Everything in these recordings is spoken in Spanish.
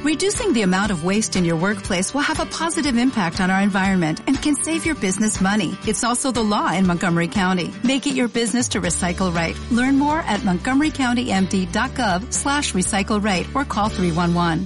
Reducing the amount of waste in your workplace will have a positive impact on our environment and can save your business money. It's also the law in Montgomery County. Make it your business to recycle right. Learn more at montgomerycountymd.gov/recycle right or call 311.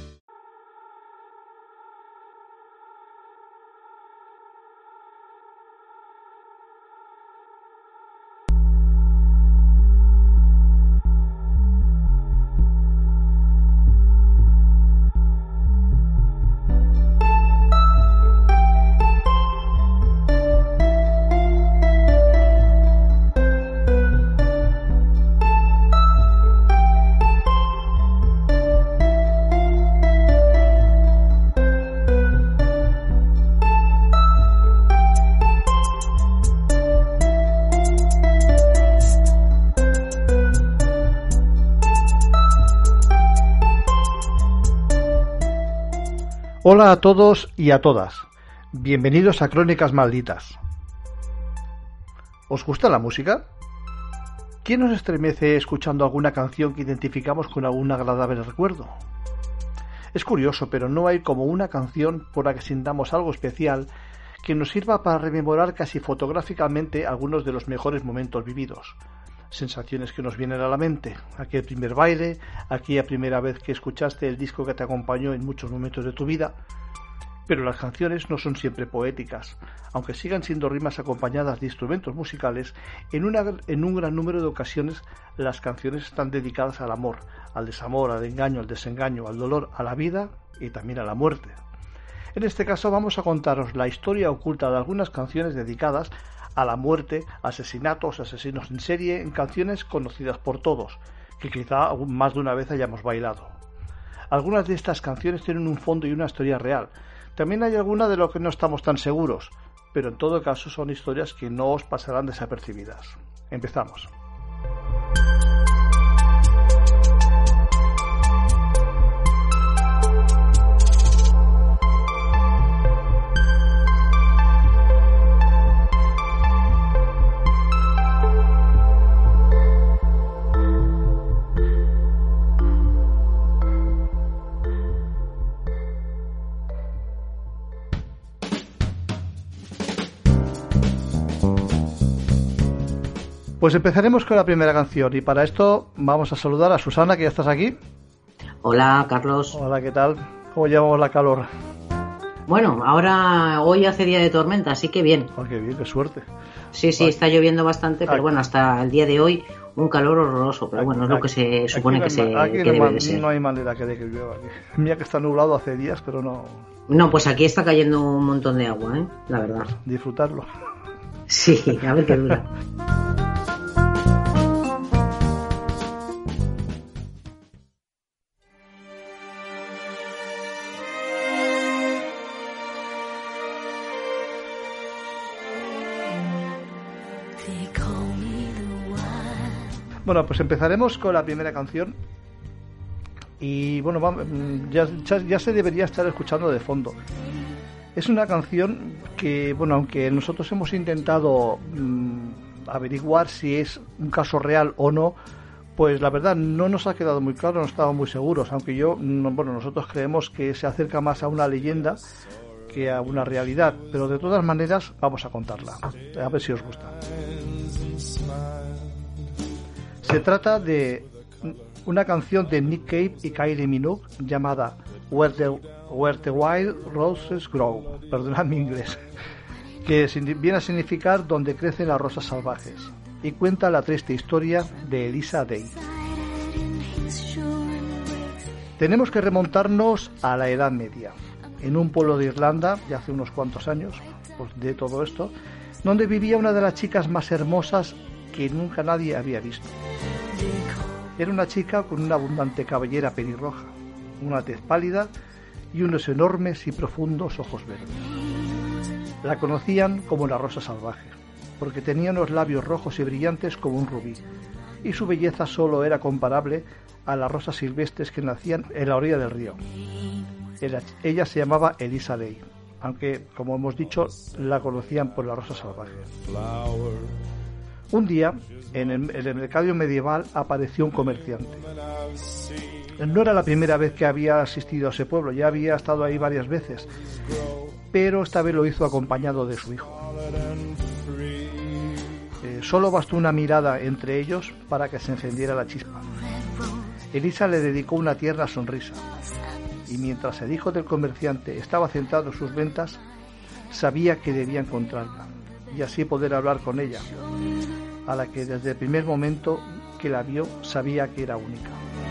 Hola a todos y a todas, bienvenidos a Crónicas Malditas. ¿Os gusta la música? ¿Quién nos estremece escuchando alguna canción que identificamos con algún agradable recuerdo? Es curioso, pero no hay como una canción por la que sintamos algo especial que nos sirva para rememorar casi fotográficamente algunos de los mejores momentos vividos. Sensaciones que nos vienen a la mente, aquel primer baile, aquella primera vez que escuchaste el disco que te acompañó en muchos momentos de tu vida. Pero las canciones no son siempre poéticas, aunque sigan siendo rimas acompañadas de instrumentos musicales. En un gran número de ocasiones las canciones están dedicadas al amor, al desamor, al engaño, al desengaño, al dolor, a la vida y también a la muerte. En este caso vamos a contaros la historia oculta de algunas canciones dedicadas a la muerte, asesinatos, asesinos en serie, en canciones conocidas por todos, que quizá más de una vez hayamos bailado. Algunas de estas canciones tienen un fondo y una historia real. También hay alguna de lo que no estamos tan seguros, pero en todo caso son historias que no os pasarán desapercibidas. Empezamos. Pues empezaremos con la primera canción y para esto vamos a saludar a Susana, que ya estás aquí. Hola, Carlos. Hola, ¿qué tal? ¿Cómo llevamos la calor? Bueno, hoy hace día de tormenta, así que bien. Oh, qué bien, qué suerte. Sí, está lloviendo bastante, pero bueno, hasta el día de hoy un calor horroroso, pero bueno, es lo que se supone que debe de ser. No hay manera de que llueva aquí. Mira que está nublado hace días, pero no... No, pues aquí está cayendo un montón de agua, la verdad. Disfrutarlo. Sí, a ver qué dura. Bueno, pues empezaremos con la primera canción y bueno, ya se debería estar escuchando de fondo. Es una canción que, bueno, aunque nosotros hemos intentado averiguar si es un caso real o no, pues la verdad no nos ha quedado muy claro, no estamos muy seguros, aunque nosotros creemos que se acerca más a una leyenda que a una realidad, pero de todas maneras vamos a contarla, a ver si os gusta. Se trata de una canción de Nick Cave y Kylie Minogue llamada Where the Wild Roses Grow, perdonad mi inglés, que viene a significar donde crecen las rosas salvajes, y cuenta la triste historia de Elisa Day. Tenemos que remontarnos a la Edad Media, en un pueblo de Irlanda, ya hace unos cuantos años de todo esto, donde vivía una de las chicas más hermosas que nunca nadie había visto. Era una chica con una abundante cabellera pelirroja, una tez pálida y unos enormes y profundos ojos verdes. La conocían como la rosa salvaje, porque tenía unos labios rojos y brillantes como un rubí, y su belleza solo era comparable a las rosas silvestres que nacían en la orilla del río. Ella se llamaba Elisa Day, aunque, como hemos dicho, la conocían por la rosa salvaje. Un día, en el mercado medieval, apareció un comerciante. No era la primera vez que había asistido a ese pueblo, ya había estado ahí varias veces, pero esta vez lo hizo acompañado de su hijo. Solo bastó una mirada entre ellos para que se encendiera la chispa. Elisa le dedicó una tierna sonrisa, y mientras el hijo del comerciante estaba centrado en sus ventas, sabía que debía encontrarla, y así poder hablar con ella, a la que desde el primer momento que la vio sabía que era única.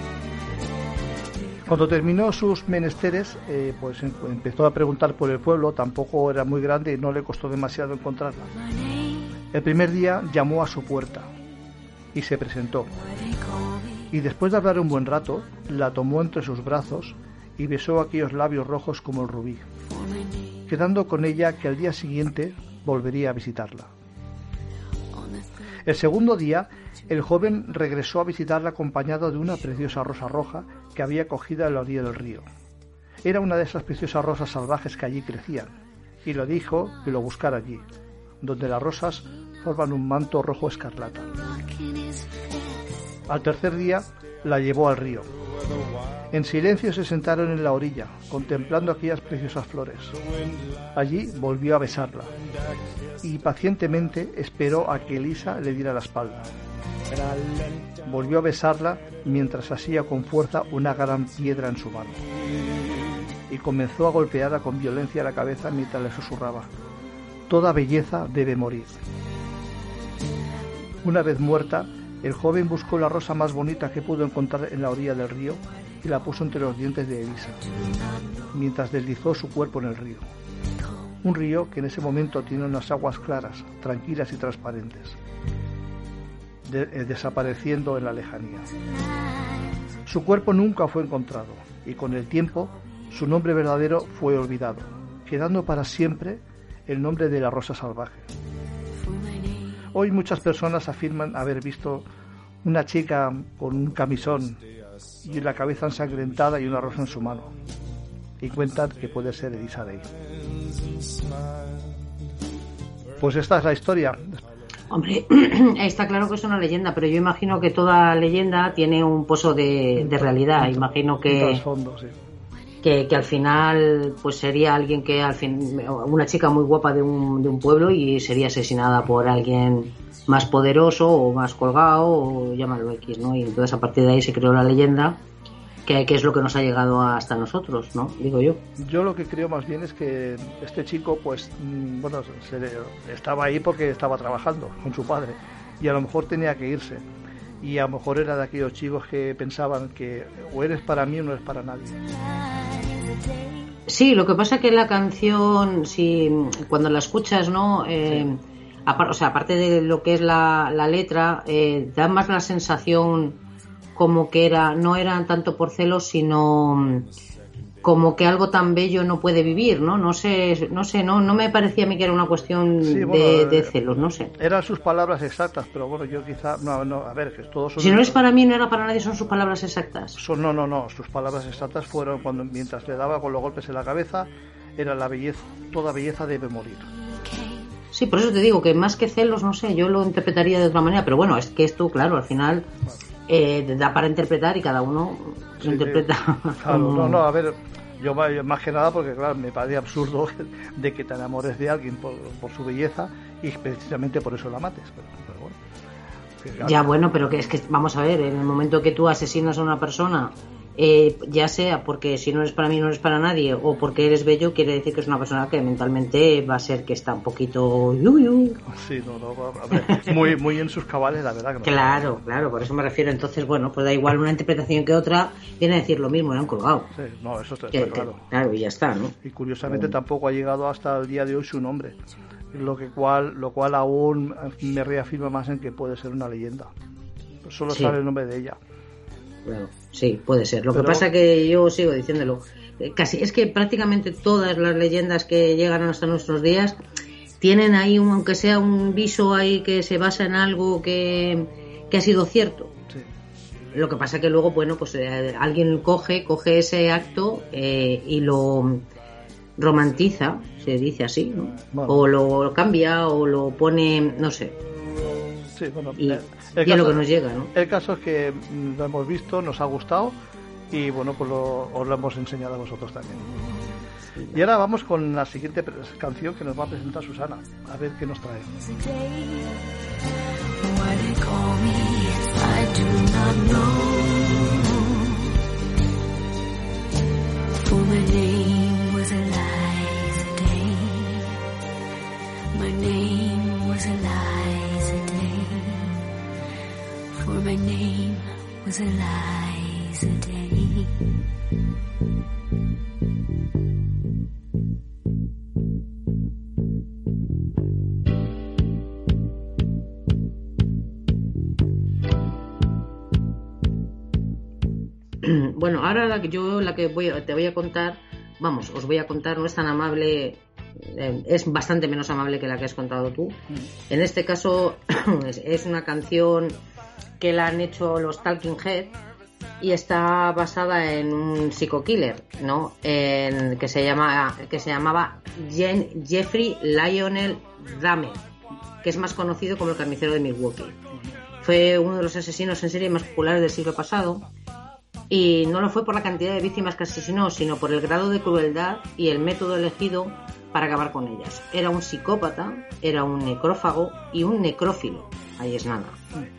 Cuando terminó sus menesteres, pues empezó a preguntar por el pueblo. Tampoco era muy grande y no le costó demasiado encontrarla. El primer día llamó a su puerta y se presentó. Y después de hablar un buen rato, la tomó entre sus brazos y besó aquellos labios rojos como el rubí, quedando con ella que al día siguiente volvería a visitarla. El segundo día, el joven regresó a visitarla acompañado de una preciosa rosa roja que había cogido a la orilla del río. Era una de esas preciosas rosas salvajes que allí crecían, y le dijo que lo buscara allí, donde las rosas forman un manto rojo escarlata. Al tercer día, la llevó al río. En silencio se sentaron en la orilla, contemplando aquellas preciosas flores. Allí volvió a besarla, y pacientemente esperó a que Elisa le diera la espalda. Volvió a besarla mientras asía con fuerza una gran piedra en su mano, y comenzó a golpearla con violencia la cabeza mientras le susurraba: «Toda belleza debe morir». Una vez muerta, el joven buscó la rosa más bonita que pudo encontrar en la orilla del río y la puso entre los dientes de Elisa, mientras deslizó su cuerpo en el río. Un río que en ese momento tiene unas aguas claras, tranquilas y transparentes, desapareciendo en la lejanía. Su cuerpo nunca fue encontrado y con el tiempo su nombre verdadero fue olvidado, quedando para siempre el nombre de la rosa salvaje. Hoy muchas personas afirman haber visto una chica con un camisón y la cabeza ensangrentada y una rosa en su mano, y cuentan que puede ser Elisa Day. Pues esta es la historia. Hombre, está claro que es una leyenda, pero yo imagino que toda leyenda tiene un pozo de realidad. Imagino que un trasfondo, sí. Que al final pues sería alguien que una chica muy guapa de un pueblo y sería asesinada por alguien más poderoso o más colgado o llámalo X, ¿no? Y entonces a partir de ahí se creó la leyenda que es lo que nos ha llegado hasta nosotros, ¿no? Digo yo. Yo lo que creo más bien es que este chico pues bueno, estaba ahí porque estaba trabajando con su padre y a lo mejor tenía que irse, y a lo mejor era de aquellos chicos que pensaban que o eres para mí o no eres para nadie. Sí, lo que pasa que la canción, si cuando la escuchas, ¿no? Sí. Aparte de lo que es la letra, da más la sensación como que no eran tanto por celos, sino como que algo tan bello no puede vivir, ¿no? No sé, no me parecía a mí que era una cuestión sí, bueno, de celos, no sé. Eran sus palabras exactas, pero bueno, yo quizá, no, a ver, que todos son... Si no es para mí, no era para nadie, son sus palabras exactas. No, sus palabras exactas fueron mientras le daba con los golpes en la cabeza, era la belleza, toda belleza debe morir. Sí, por eso te digo que más que celos, no sé, yo lo interpretaría de otra manera, pero bueno, es que esto, claro, al final da para interpretar y cada uno lo interpreta. Sí. Claro, como... a ver... Yo más que nada porque claro, me parece absurdo de que te enamores de alguien por su belleza y precisamente por eso la mates, pero bueno. Claro. Ya bueno, pero que es que vamos a ver, en el momento que tú asesinas a una persona, ya sea porque si no eres para mí no eres para nadie o porque eres bello, quiere decir que es una persona que mentalmente va a ser que está un poquito Sí, a ver, muy en sus cabales, la verdad. Que no. Claro, por eso me refiero. Entonces, bueno, pues da igual una interpretación que otra, viene a decir lo mismo, le han colgado. Sí, no, eso está claro. Claro, y ya está, ¿no? Y curiosamente tampoco ha llegado hasta el día de hoy su nombre, lo cual aún me reafirma más en que puede ser una leyenda. Solo sale el nombre de ella. Claro, sí, puede ser. Lo que pasa que yo sigo diciéndolo. Casi es que prácticamente todas las leyendas que llegan hasta nuestros días tienen ahí, aunque sea un viso ahí que se basa en algo que ha sido cierto. Sí. Lo que pasa que luego, bueno, pues alguien coge ese acto y lo romantiza, se dice así, ¿no? Bueno. O lo cambia o lo pone, no sé. Sí, bueno, y es lo que nos llega, ¿no? El caso es que lo hemos visto, nos ha gustado y bueno, pues os lo hemos enseñado a vosotros también. Y ahora vamos con la siguiente canción que nos va a presentar Susana, a ver qué nos trae. My name was Eliza Day, for my name was Eliza Day. Bueno, ahora la que te voy a contar, vamos, os voy a contar, no es tan amable, es bastante menos amable que la que has contado tú. En este caso es una canción que la han hecho los Talking Heads y está basada en un psycho-killer, ¿no? Que se llamaba Jeffrey Lionel Dahmer, que es más conocido como el carnicero de Milwaukee. Fue uno de los asesinos en serie más populares del siglo pasado. Y no lo fue por la cantidad de víctimas que asesinó, sino por el grado de crueldad y el método elegido para acabar con ellas. Era un psicópata, era un necrófago y un necrófilo. Ahí es nada.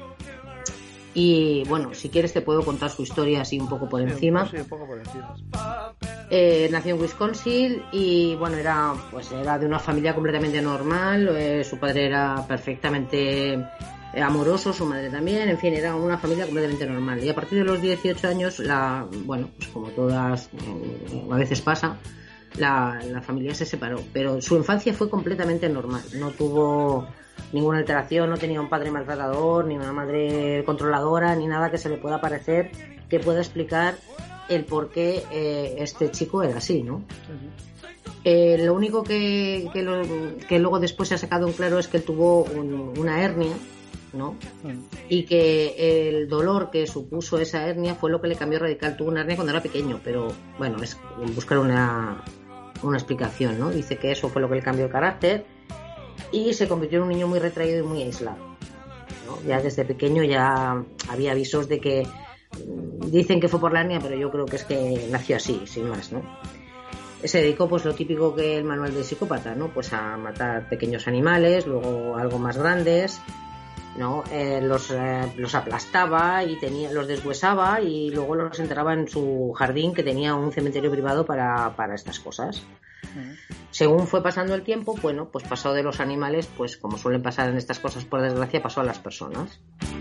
Y bueno, si quieres te puedo contar su historia así un poco por encima. Sí, un poco por encima. Nació en Wisconsin y bueno, era de una familia completamente normal. Su padre era perfectamente amoroso, su madre también, en fin, era una familia completamente normal. Y a partir de los 18 años, pues como todas a veces pasa, la familia se separó. Pero su infancia fue completamente normal. No tuvo ninguna alteración, no tenía un padre maltratador, ni una madre controladora, ni nada que se le pueda parecer que pueda explicar el por qué este chico era así, ¿no? Lo único que luego después se ha sacado en claro es que él tuvo una hernia, ¿no? Y que el dolor que supuso esa hernia fue lo que le cambió radical. Tuvo una hernia cuando era pequeño, pero bueno, es buscar una explicación, ¿no? Dice que eso fue lo que le cambió el carácter y se convirtió en un niño muy retraído y muy aislado, ¿no? Ya desde pequeño ya había avisos de que dicen que fue por la hernia, pero yo creo que es que nació así, sin más, ¿no? Se dedicó pues lo típico que el manual del psicópata, ¿no? Pues a matar pequeños animales, luego algo más grandes, ¿no? Los aplastaba y los deshuesaba y luego los enterraba en su jardín, que tenía un cementerio privado para estas cosas. Según fue pasando el tiempo, bueno, pues pasó de los animales, pues como suelen pasar en estas cosas, por desgracia, pasó a las personas.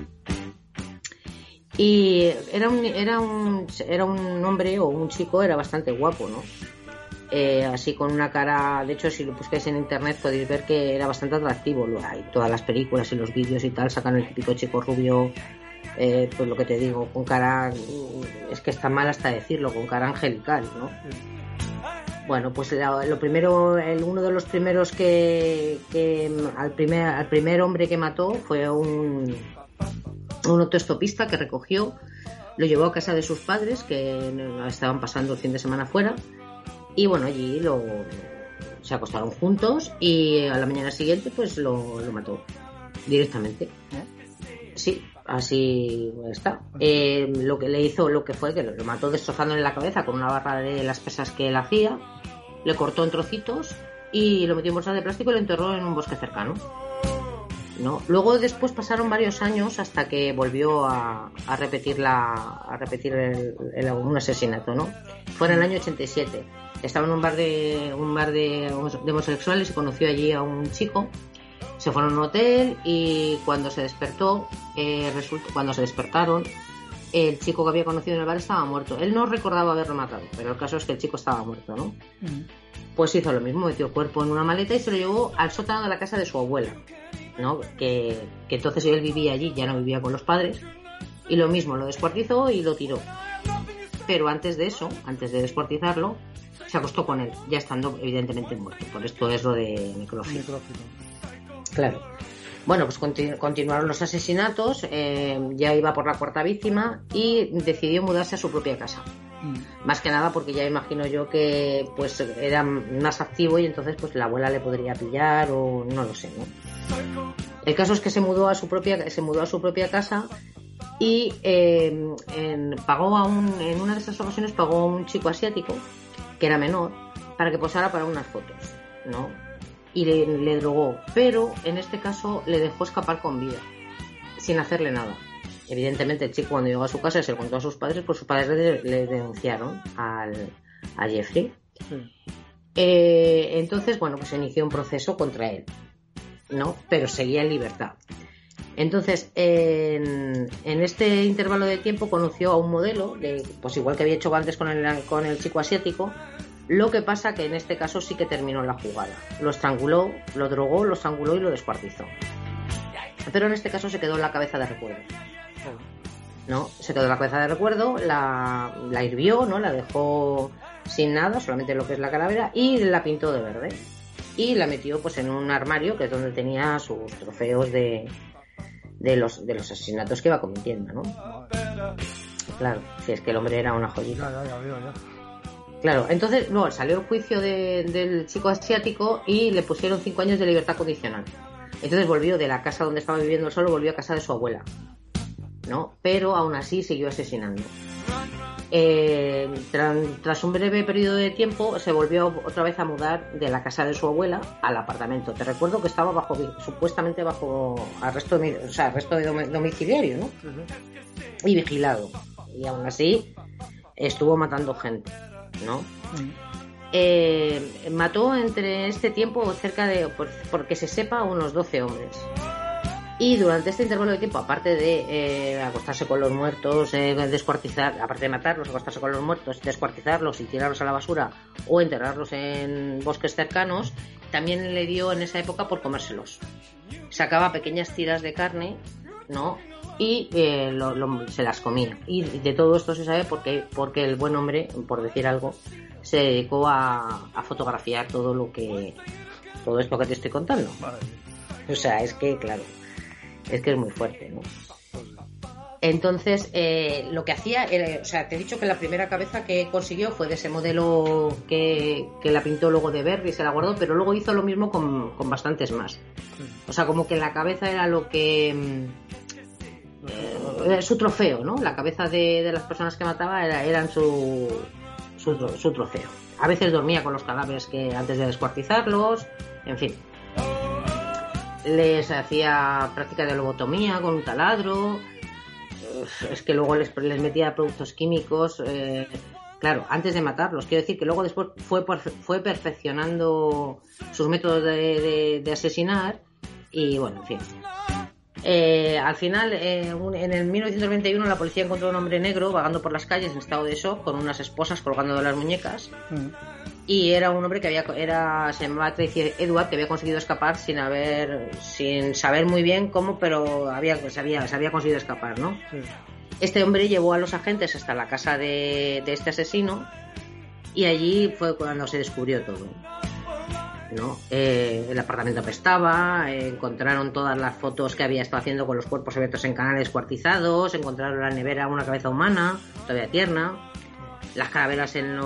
Y era un hombre o un chico, era bastante guapo, ¿no? Así con una cara, de hecho si lo buscáis en internet podéis ver que era bastante atractivo. Hay todas las películas y los vídeos y tal, sacan el típico chico rubio, pues lo que te digo, con cara, es que está mal hasta decirlo, con cara angelical, ¿no? Bueno, pues lo primero, uno de los primeros que al primer hombre que mató fue un autoestopista que recogió, lo llevó a casa de sus padres que estaban pasando el fin de semana fuera. Y bueno, allí se acostaron juntos y a la mañana siguiente pues lo mató directamente. Sí, así está. Lo que le hizo, lo que fue que lo mató destrozándole la cabeza con una barra de las pesas que él hacía, le cortó en trocitos y lo metió en bolsas de plástico y lo enterró en un bosque cercano, ¿no? Luego después pasaron varios años hasta que volvió a repetir un asesinato, ¿no? Fue en el año 87. Estaba en un bar de homosexuales y conoció allí a un chico. Se fueron a un hotel y cuando se despertaron, el chico que había conocido en el bar estaba muerto. Él no recordaba haberlo matado, pero el caso es que el chico estaba muerto, ¿no? Pues hizo lo mismo, metió el cuerpo en una maleta y se lo llevó al sótano de la casa de su abuela, ¿no? Que entonces él vivía allí, ya no vivía con los padres, y lo mismo, lo descuartizó y lo tiró. Pero antes de eso, antes de descuartizarlo, se acostó con él, ya estando evidentemente muerto. Por esto es lo de necrófilo. Claro. Bueno, pues continuaron los asesinatos, ya iba por la cuarta víctima y decidió mudarse a su propia casa. Más que nada porque ya imagino yo que pues era más activo y entonces pues la abuela le podría pillar o no lo sé, ¿no? El caso es que se mudó a su propia casa y pagó en una de esas ocasiones pagó a un chico asiático que era menor para que posara para unas fotos, ¿no? Y le drogó, pero en este caso le dejó escapar con vida, sin hacerle nada. Evidentemente el chico cuando llegó a su casa y se lo contó a sus padres, pues sus padres le denunciaron a Jeffrey. Entonces, bueno, pues se inició un proceso contra él, ¿no? Pero seguía en libertad. Entonces, en este intervalo de tiempo conoció a un modelo, pues igual que había hecho antes con el chico asiático. Lo que pasa que en este caso sí que terminó la jugada. Lo estranguló, lo drogó, lo estranguló y lo descuartizó. Pero en este caso se quedó en la cabeza de recuerdo. ¿No? Se quedó en la cabeza de recuerdo, la hirvió, ¿no? La dejó sin nada, solamente lo que es la calavera, y la pintó de verde. Y la metió pues en un armario, que es donde tenía sus trofeos de los asesinatos que iba cometiendo, ¿no? Claro, si es que el hombre era una joyita. Ya. Claro, entonces no, salió el juicio del chico asiático y le pusieron 5 años de libertad condicional. Entonces volvió de la casa donde estaba viviendo solo, volvió a casa de su abuela, ¿no? Pero aún así siguió asesinando. Tras un breve periodo de tiempo se volvió otra vez a mudar de la casa de su abuela al apartamento. Te recuerdo que estaba supuestamente bajo arresto domiciliario, ¿no? Y vigilado. Y aún así estuvo matando gente, ¿no? Mató entre este tiempo cerca de, porque se sepa, unos 12 hombres. Y durante este intervalo de tiempo, aparte de acostarse con los muertos, descuartizar, aparte de matarlos, acostarse con los muertos, descuartizarlos y tirarlos a la basura o enterrarlos en bosques cercanos, también le dio en esa época por comérselos. Sacaba pequeñas tiras de carne, ¿no? Y se las comía. Y de todo esto se sabe porque el buen hombre, por decir algo, se dedicó a fotografiar todo esto que te estoy contando. O sea, es que, claro, es que es muy fuerte, ¿no? Entonces, lo que hacía era, o sea, te he dicho que la primera cabeza que consiguió fue de ese modelo que la pintó luego de Berry, se la guardó, pero luego hizo lo mismo con bastantes más. O sea, como que la cabeza era lo que... su trofeo, ¿no? La cabeza de las personas que mataba eran su trofeo. A veces dormía con los cadáveres antes de descuartizarlos, en fin. Les hacía práctica de lobotomía con un taladro. Es que luego les metía productos químicos. Claro, antes de matarlos. Quiero decir que luego después fue perfeccionando sus métodos de asesinar. Y bueno, en fin. Al final, en el 1921, la policía encontró a un hombre negro vagando por las calles en estado de shock con unas esposas colgando de las muñecas. Y era un hombre se llamaba Tracy Edward, que había conseguido escapar sin saber muy bien cómo, pero se había conseguido escapar, ¿no? Sí. Este hombre llevó a los agentes hasta la casa de este asesino y allí fue cuando se descubrió todo, ¿no? El apartamento apestaba, encontraron todas las fotos que había estado haciendo con los cuerpos abiertos en canales cuartizados, encontraron en la nevera una cabeza humana, todavía tierna, las calaveras en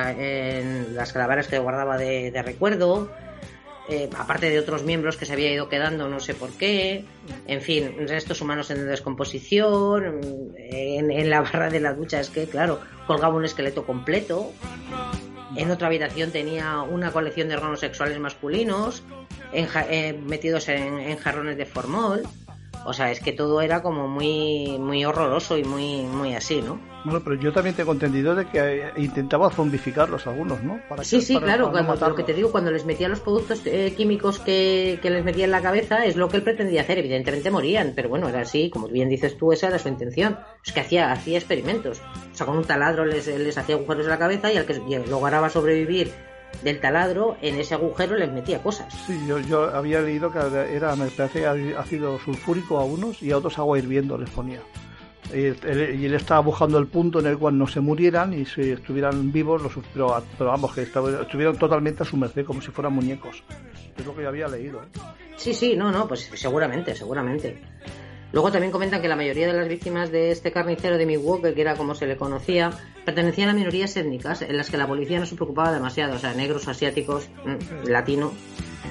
las calaveras que guardaba de recuerdo, aparte de otros miembros que se había ido quedando no sé por qué, en fin, restos humanos en descomposición, en la barra de la ducha, es que claro, colgaba un esqueleto completo. En otra habitación tenía una colección de órganos sexuales masculinos metidos en jarrones de formol. O sea, es que todo era como muy muy horroroso y muy muy así, ¿no? Bueno, pero yo también tengo entendido de que intentaba zombificarlos algunos, ¿no? Claro, lo que te digo, cuando les metía los productos químicos que les metía en la cabeza, es lo que él pretendía hacer. Evidentemente morían, pero bueno, era así, como bien dices tú, esa era su intención. Es que hacía experimentos. O sea, con un taladro les hacía agujeros en la cabeza y al que lograba sobrevivir del taladro, en ese agujero les metía cosas. Sí, yo había leído que me parece ácido sulfúrico a unos y a otros agua hirviendo les ponía. Y él estaba buscando el punto en el cual no se murieran y si estuvieran vivos, pero vamos, que estuvieran totalmente a su merced, como si fueran muñecos. Es lo que yo había leído. Sí, no, pues seguramente. Luego también comentan que la mayoría de las víctimas de este carnicero de Milwaukee, que era como se le conocía, pertenecían a minorías étnicas en las que la policía no se preocupaba demasiado, o sea, negros, asiáticos, latinos.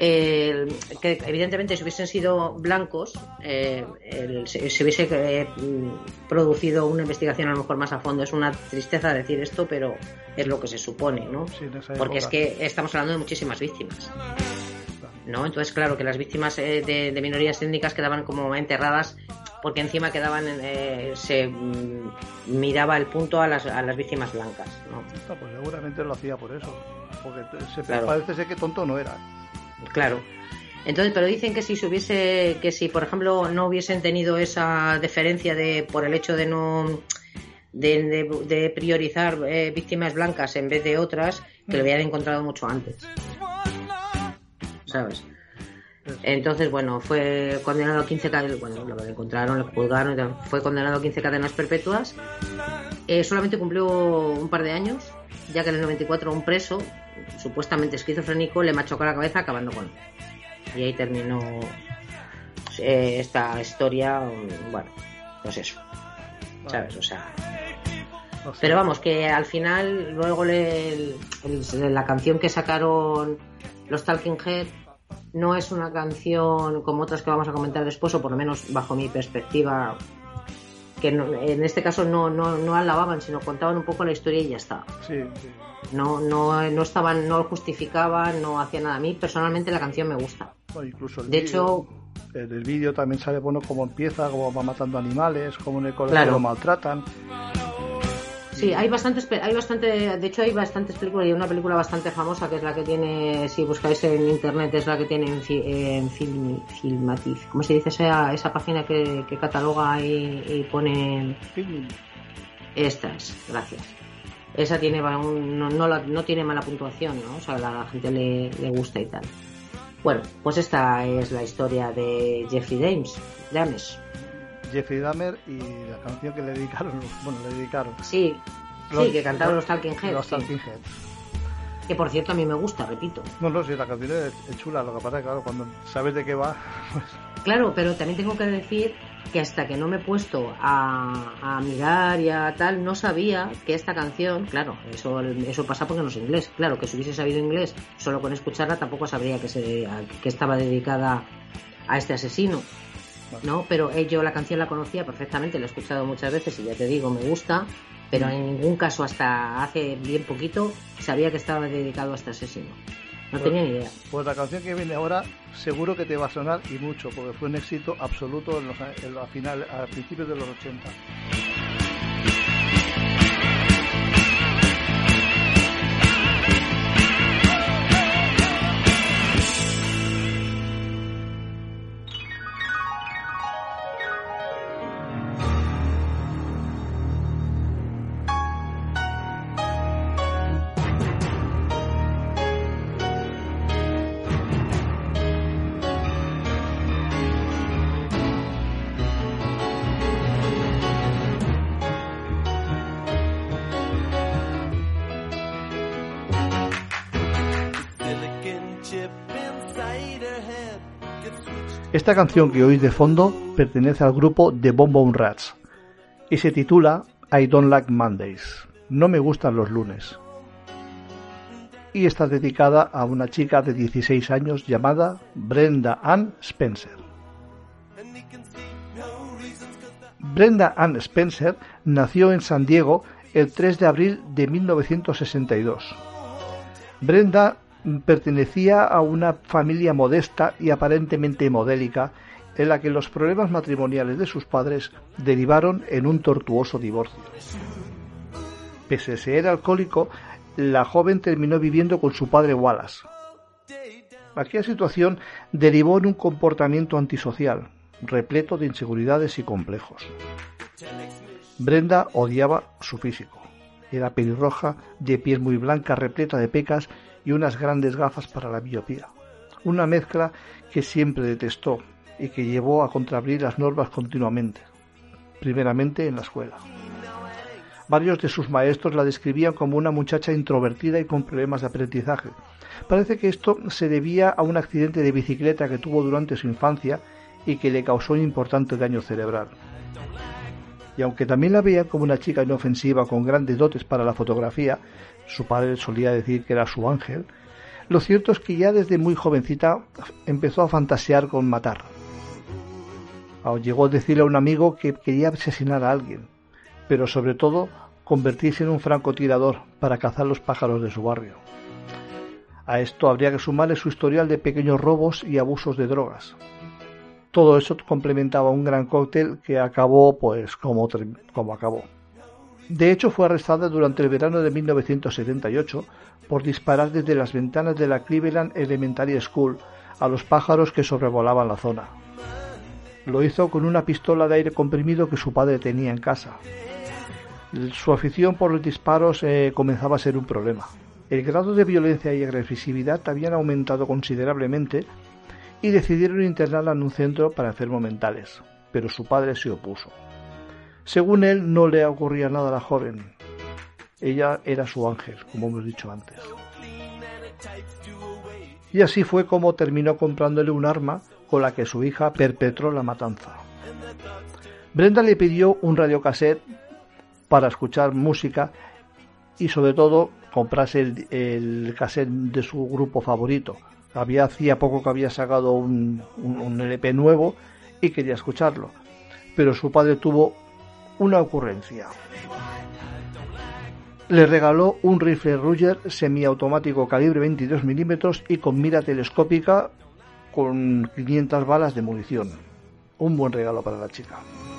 que evidentemente si hubiesen sido blancos se hubiese producido una investigación a lo mejor más a fondo. Es una tristeza decir esto, pero es lo que se supone, ¿no? Sí, porque es que estamos hablando de muchísimas víctimas, ¿no? Entonces, claro, que las víctimas de minorías étnicas quedaban como enterradas, porque encima quedaban se miraba el punto a las víctimas blancas, ¿no? Pues seguramente lo hacía por eso, porque claro. Parece ser que tonto no era. Claro. Entonces, pero dicen que si por ejemplo no hubiesen tenido esa deferencia por el hecho de no de priorizar víctimas blancas en vez de otras, que lo hubieran encontrado mucho antes, ¿sabes? Entonces, bueno, fue condenado a 15 cadenas, bueno, lo encontraron, lo juzgaron, fue condenado a 15 cadenas perpetuas. Solamente cumplió un par de años, ya que en el 94 un preso supuestamente esquizofrénico le machacó la cabeza acabando con él. Y ahí terminó esta historia, bueno, pues eso, ¿sabes? O sea, pero vamos, que al final luego la canción que sacaron los Talking Heads no es una canción como otras que vamos a comentar después, o por lo menos bajo mi perspectiva, que en este caso no alababan, sino contaban un poco la historia y ya está. Sí. No estaban, no lo justificaban, no hacían nada. A mí personalmente la canción me gusta. Bueno, incluso de hecho, en el vídeo también sale bueno cómo empieza, cómo va matando animales, cómo en el colegio claro. lo maltratan. Sí, hay bastantes, de hecho hay bastantes películas, y una película bastante famosa que es la que tiene, si buscáis en internet, es la que tiene en Filmative, ¿cómo se dice esa página que cataloga y pone estas? Gracias. Esa tiene no tiene mala puntuación, ¿no? O sea, a la gente le gusta y tal. Bueno, pues esta es la historia de Jeffrey Dahmer. Jeffrey Dahmer y la canción que le dedicaron. Sí, que cantaron los Talking Heads. Los Talking Heads. Que por cierto a mí me gusta, repito. No, sí, la canción es chula, lo que pasa es que claro, cuando sabes de qué va, pues... Claro, pero también tengo que decir que hasta que no me he puesto a mirar y a tal, no sabía que esta canción, claro, eso pasa porque no sé inglés, claro, que si hubiese sabido inglés, solo con escucharla tampoco sabría que estaba dedicada a este asesino, ¿no? Pero yo la canción la conocía perfectamente, la he escuchado muchas veces y ya te digo, me gusta, pero en ningún caso hasta hace bien poquito sabía que estaba dedicado a este asesino. No tenía ni idea. Pues la canción que viene ahora seguro que te va a sonar y mucho, porque fue un éxito absoluto a principios de los 80. Esta canción que oís de fondo pertenece al grupo The Bon Bon Rats y se titula I Don't Like Mondays, no me gustan los lunes, y está dedicada a una chica de 16 años llamada Brenda Ann Spencer. Brenda Ann Spencer nació en San Diego el 3 de abril de 1962. Brenda pertenecía a una familia modesta y aparentemente modélica, en la que los problemas matrimoniales de sus padres derivaron en un tortuoso divorcio. Pese a ser alcohólico, la joven terminó viviendo con su padre Wallace. Aquella situación derivó en un comportamiento antisocial, repleto de inseguridades y complejos. Brenda odiaba su físico. Era pelirroja, de piel muy blanca, repleta de pecas y unas grandes gafas para la miopía. Una mezcla que siempre detestó y que llevó a contravenir las normas continuamente, primeramente en la escuela. Varios de sus maestros la describían como una muchacha introvertida y con problemas de aprendizaje. Parece que esto se debía a un accidente de bicicleta que tuvo durante su infancia y que le causó un importante daño cerebral. Y aunque también la veían como una chica inofensiva con grandes dotes para la fotografía, su padre solía decir que era su ángel, Lo cierto es que ya desde muy jovencita empezó a fantasear con matar. Llegó a decirle a un amigo que quería asesinar a alguien, pero sobre todo convertirse en un francotirador para cazar los pájaros de su barrio. A esto habría que sumarle su historial de pequeños robos y abusos de drogas. Todo eso complementaba un gran cóctel que acabó pues como acabó. De hecho, fue arrestada durante el verano de 1978 por disparar desde las ventanas de la Cleveland Elementary School a los pájaros que sobrevolaban la zona. Lo hizo con una pistola de aire comprimido que su padre tenía en casa. Su afición por los disparos comenzaba a ser un problema. El grado de violencia y agresividad habían aumentado considerablemente y decidieron internarla en un centro para enfermos mentales, pero su padre se opuso. Según él, no le ocurría nada a la joven. Ella era su ángel, como hemos dicho antes. Y así fue como terminó comprándole un arma con la que su hija perpetró la matanza. Brenda le pidió un radiocassette para escuchar música y sobre todo comprase el cassette de su grupo favorito. Hacía poco que había sacado un LP nuevo y quería escucharlo, pero su padre tuvo una ocurrencia. Le regaló un rifle Ruger semiautomático calibre 22 milímetros y con mira telescópica con 500 balas de munición. Un buen regalo para la chica.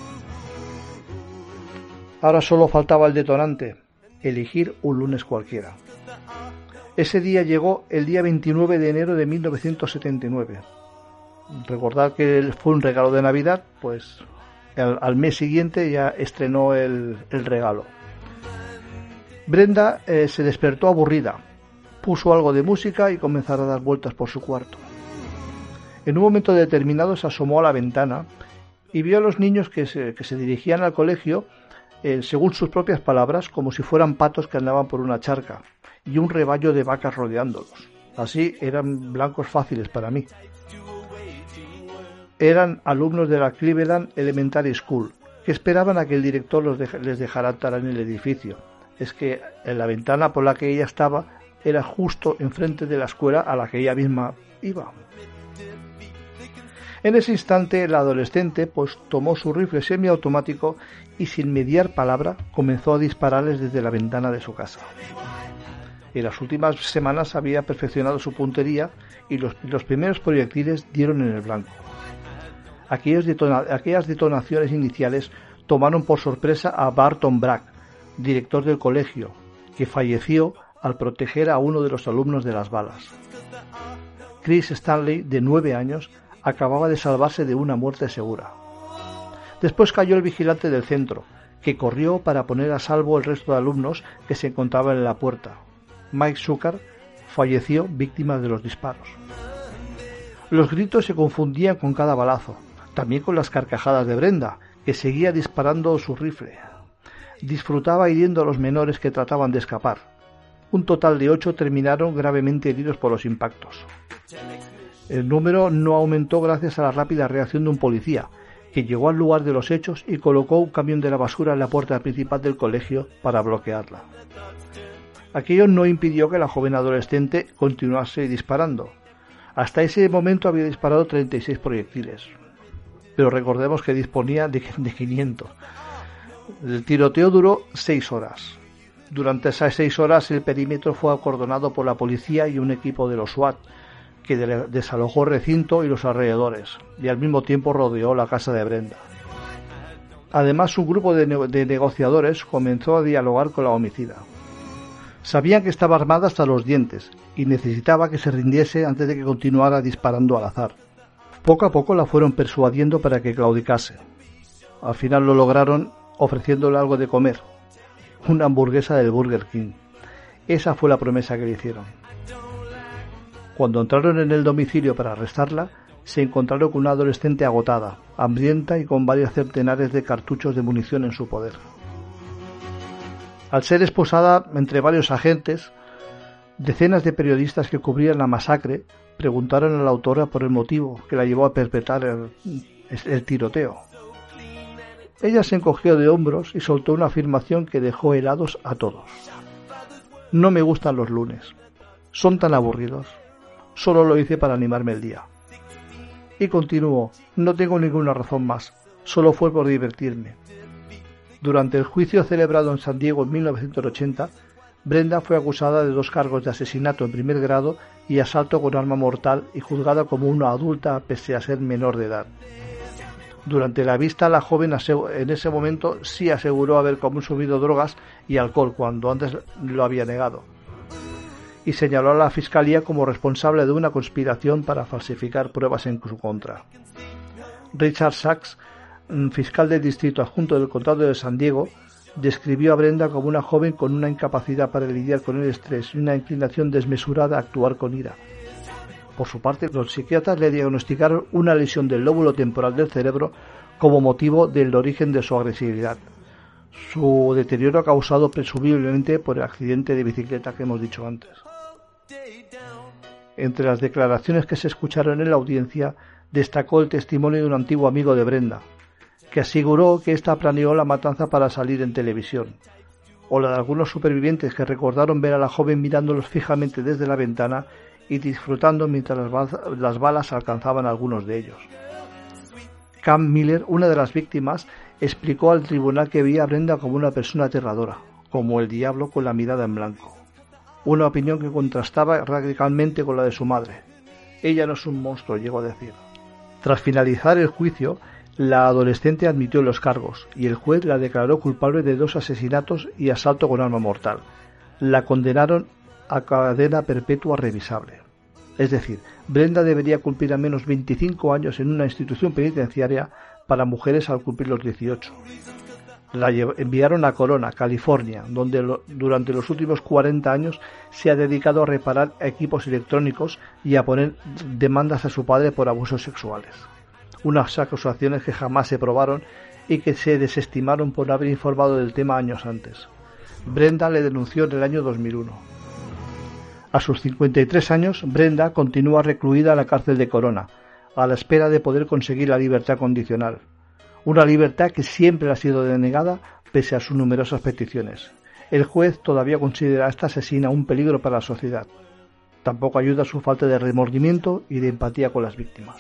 Ahora solo faltaba el detonante, elegir un lunes cualquiera. Ese día llegó el día 29 de enero de 1979. Recordad que fue un regalo de Navidad, pues al mes siguiente ya estrenó el regalo. Brenda se despertó aburrida, puso algo de música y comenzó a dar vueltas por su cuarto. En un momento determinado se asomó a la ventana y vio a los niños que se dirigían al colegio, según sus propias palabras, como si fueran patos que andaban por una charca, y un rebaño de vacas rodeándolos. Así eran blancos fáciles para mí. Eran alumnos de la Cleveland Elementary School, que esperaban a que el director les dejara entrar en el edificio. Es que en la ventana por la que ella estaba era justo enfrente de la escuela a la que ella misma iba. En ese instante la adolescente pues tomó su rifle semiautomático y sin mediar palabra comenzó a dispararles desde la ventana de su casa. En las últimas semanas había perfeccionado su puntería y los primeros proyectiles dieron en el blanco. Aquellas detonaciones iniciales tomaron por sorpresa a Barton Bragg, director del colegio, que falleció al proteger a uno de los alumnos de las balas. Chris Stanley, de 9 años, acababa de salvarse de una muerte segura. Después cayó el vigilante del centro, que corrió para poner a salvo el resto de alumnos que se encontraban en la puerta. Mike Zucker falleció víctima de los disparos. Los gritos se confundían con cada balazo, también con las carcajadas de Brenda, que seguía disparando su rifle. Disfrutaba hiriendo a los menores que trataban de escapar. Un total de 8 terminaron gravemente heridos por los impactos. El número no aumentó gracias a la rápida reacción de un policía, que llegó al lugar de los hechos y colocó un camión de la basura en la puerta principal del colegio para bloquearla. Aquello no impidió que la joven adolescente continuase disparando. Hasta ese momento había disparado 36 proyectiles, pero recordemos que disponía de 500. El tiroteo duró 6 horas. Durante esas 6 horas el perímetro fue acordonado por la policía y un equipo de los SWAT, que desalojó el recinto y los alrededores, y al mismo tiempo rodeó la casa de Brenda. Además, un grupo de negociadores comenzó a dialogar con la homicida. Sabían que estaba armada hasta los dientes y necesitaba que se rindiese antes de que continuara disparando al azar. Poco a poco la fueron persuadiendo para que claudicase. Al final lo lograron ofreciéndole algo de comer, una hamburguesa del Burger King. Esa fue la promesa que le hicieron. Cuando entraron en el domicilio para arrestarla, se encontraron con una adolescente agotada, hambrienta y con varios centenares de cartuchos de munición en su poder. Al ser esposada entre varios agentes, decenas de periodistas que cubrían la masacre preguntaron a la autora por el motivo que la llevó a perpetrar el tiroteo. Ella se encogió de hombros y soltó una afirmación que dejó helados a todos. No me gustan los lunes. Son tan aburridos. Solo lo hice para animarme el día. Y continuó, no tengo ninguna razón más, solo fue por divertirme. Durante el juicio celebrado en San Diego en 1980, Brenda fue acusada de 2 cargos de asesinato en primer grado y asalto con arma mortal y juzgada como una adulta pese a ser menor de edad. Durante la vista, la joven en ese momento sí aseguró haber consumido drogas y alcohol cuando antes lo había negado, y señaló a la Fiscalía como responsable de una conspiración para falsificar pruebas en su contra. Richard Sachs, fiscal del distrito adjunto del condado de San Diego, describió a Brenda como una joven con una incapacidad para lidiar con el estrés y una inclinación desmesurada a actuar con ira. Por su parte, los psiquiatras le diagnosticaron una lesión del lóbulo temporal del cerebro como motivo del origen de su agresividad. Su deterioro causado presumiblemente por el accidente de bicicleta que hemos dicho antes. Entre las declaraciones que se escucharon en la audiencia, destacó el testimonio de un antiguo amigo de Brenda, que aseguró que ésta planeó la matanza para salir en televisión, o la de algunos supervivientes que recordaron ver a la joven mirándolos fijamente desde la ventana y disfrutando mientras las balas alcanzaban a algunos de ellos. Cam Miller, una de las víctimas, explicó al tribunal que veía a Brenda como una persona aterradora, como el diablo con la mirada en blanco. Una opinión que contrastaba radicalmente con la de su madre. Ella no es un monstruo, llegó a decir. Tras finalizar el juicio, la adolescente admitió los cargos y el juez la declaró culpable de 2 asesinatos y asalto con arma mortal. La condenaron a cadena perpetua revisable. Es decir, Brenda debería cumplir al menos 25 años en una institución penitenciaria para mujeres al cumplir los 18. La enviaron a Corona, California, donde durante los últimos 40 años se ha dedicado a reparar equipos electrónicos y a poner demandas a su padre por abusos sexuales. Unas acusaciones que jamás se probaron y que se desestimaron por no haber informado del tema años antes. Brenda le denunció en el año 2001. A sus 53 años, Brenda continúa recluida en la cárcel de Corona, a la espera de poder conseguir la libertad condicional. Una libertad que siempre le ha sido denegada pese a sus numerosas peticiones. El juez todavía considera a esta asesina un peligro para la sociedad. Tampoco ayuda su falta de remordimiento y de empatía con las víctimas.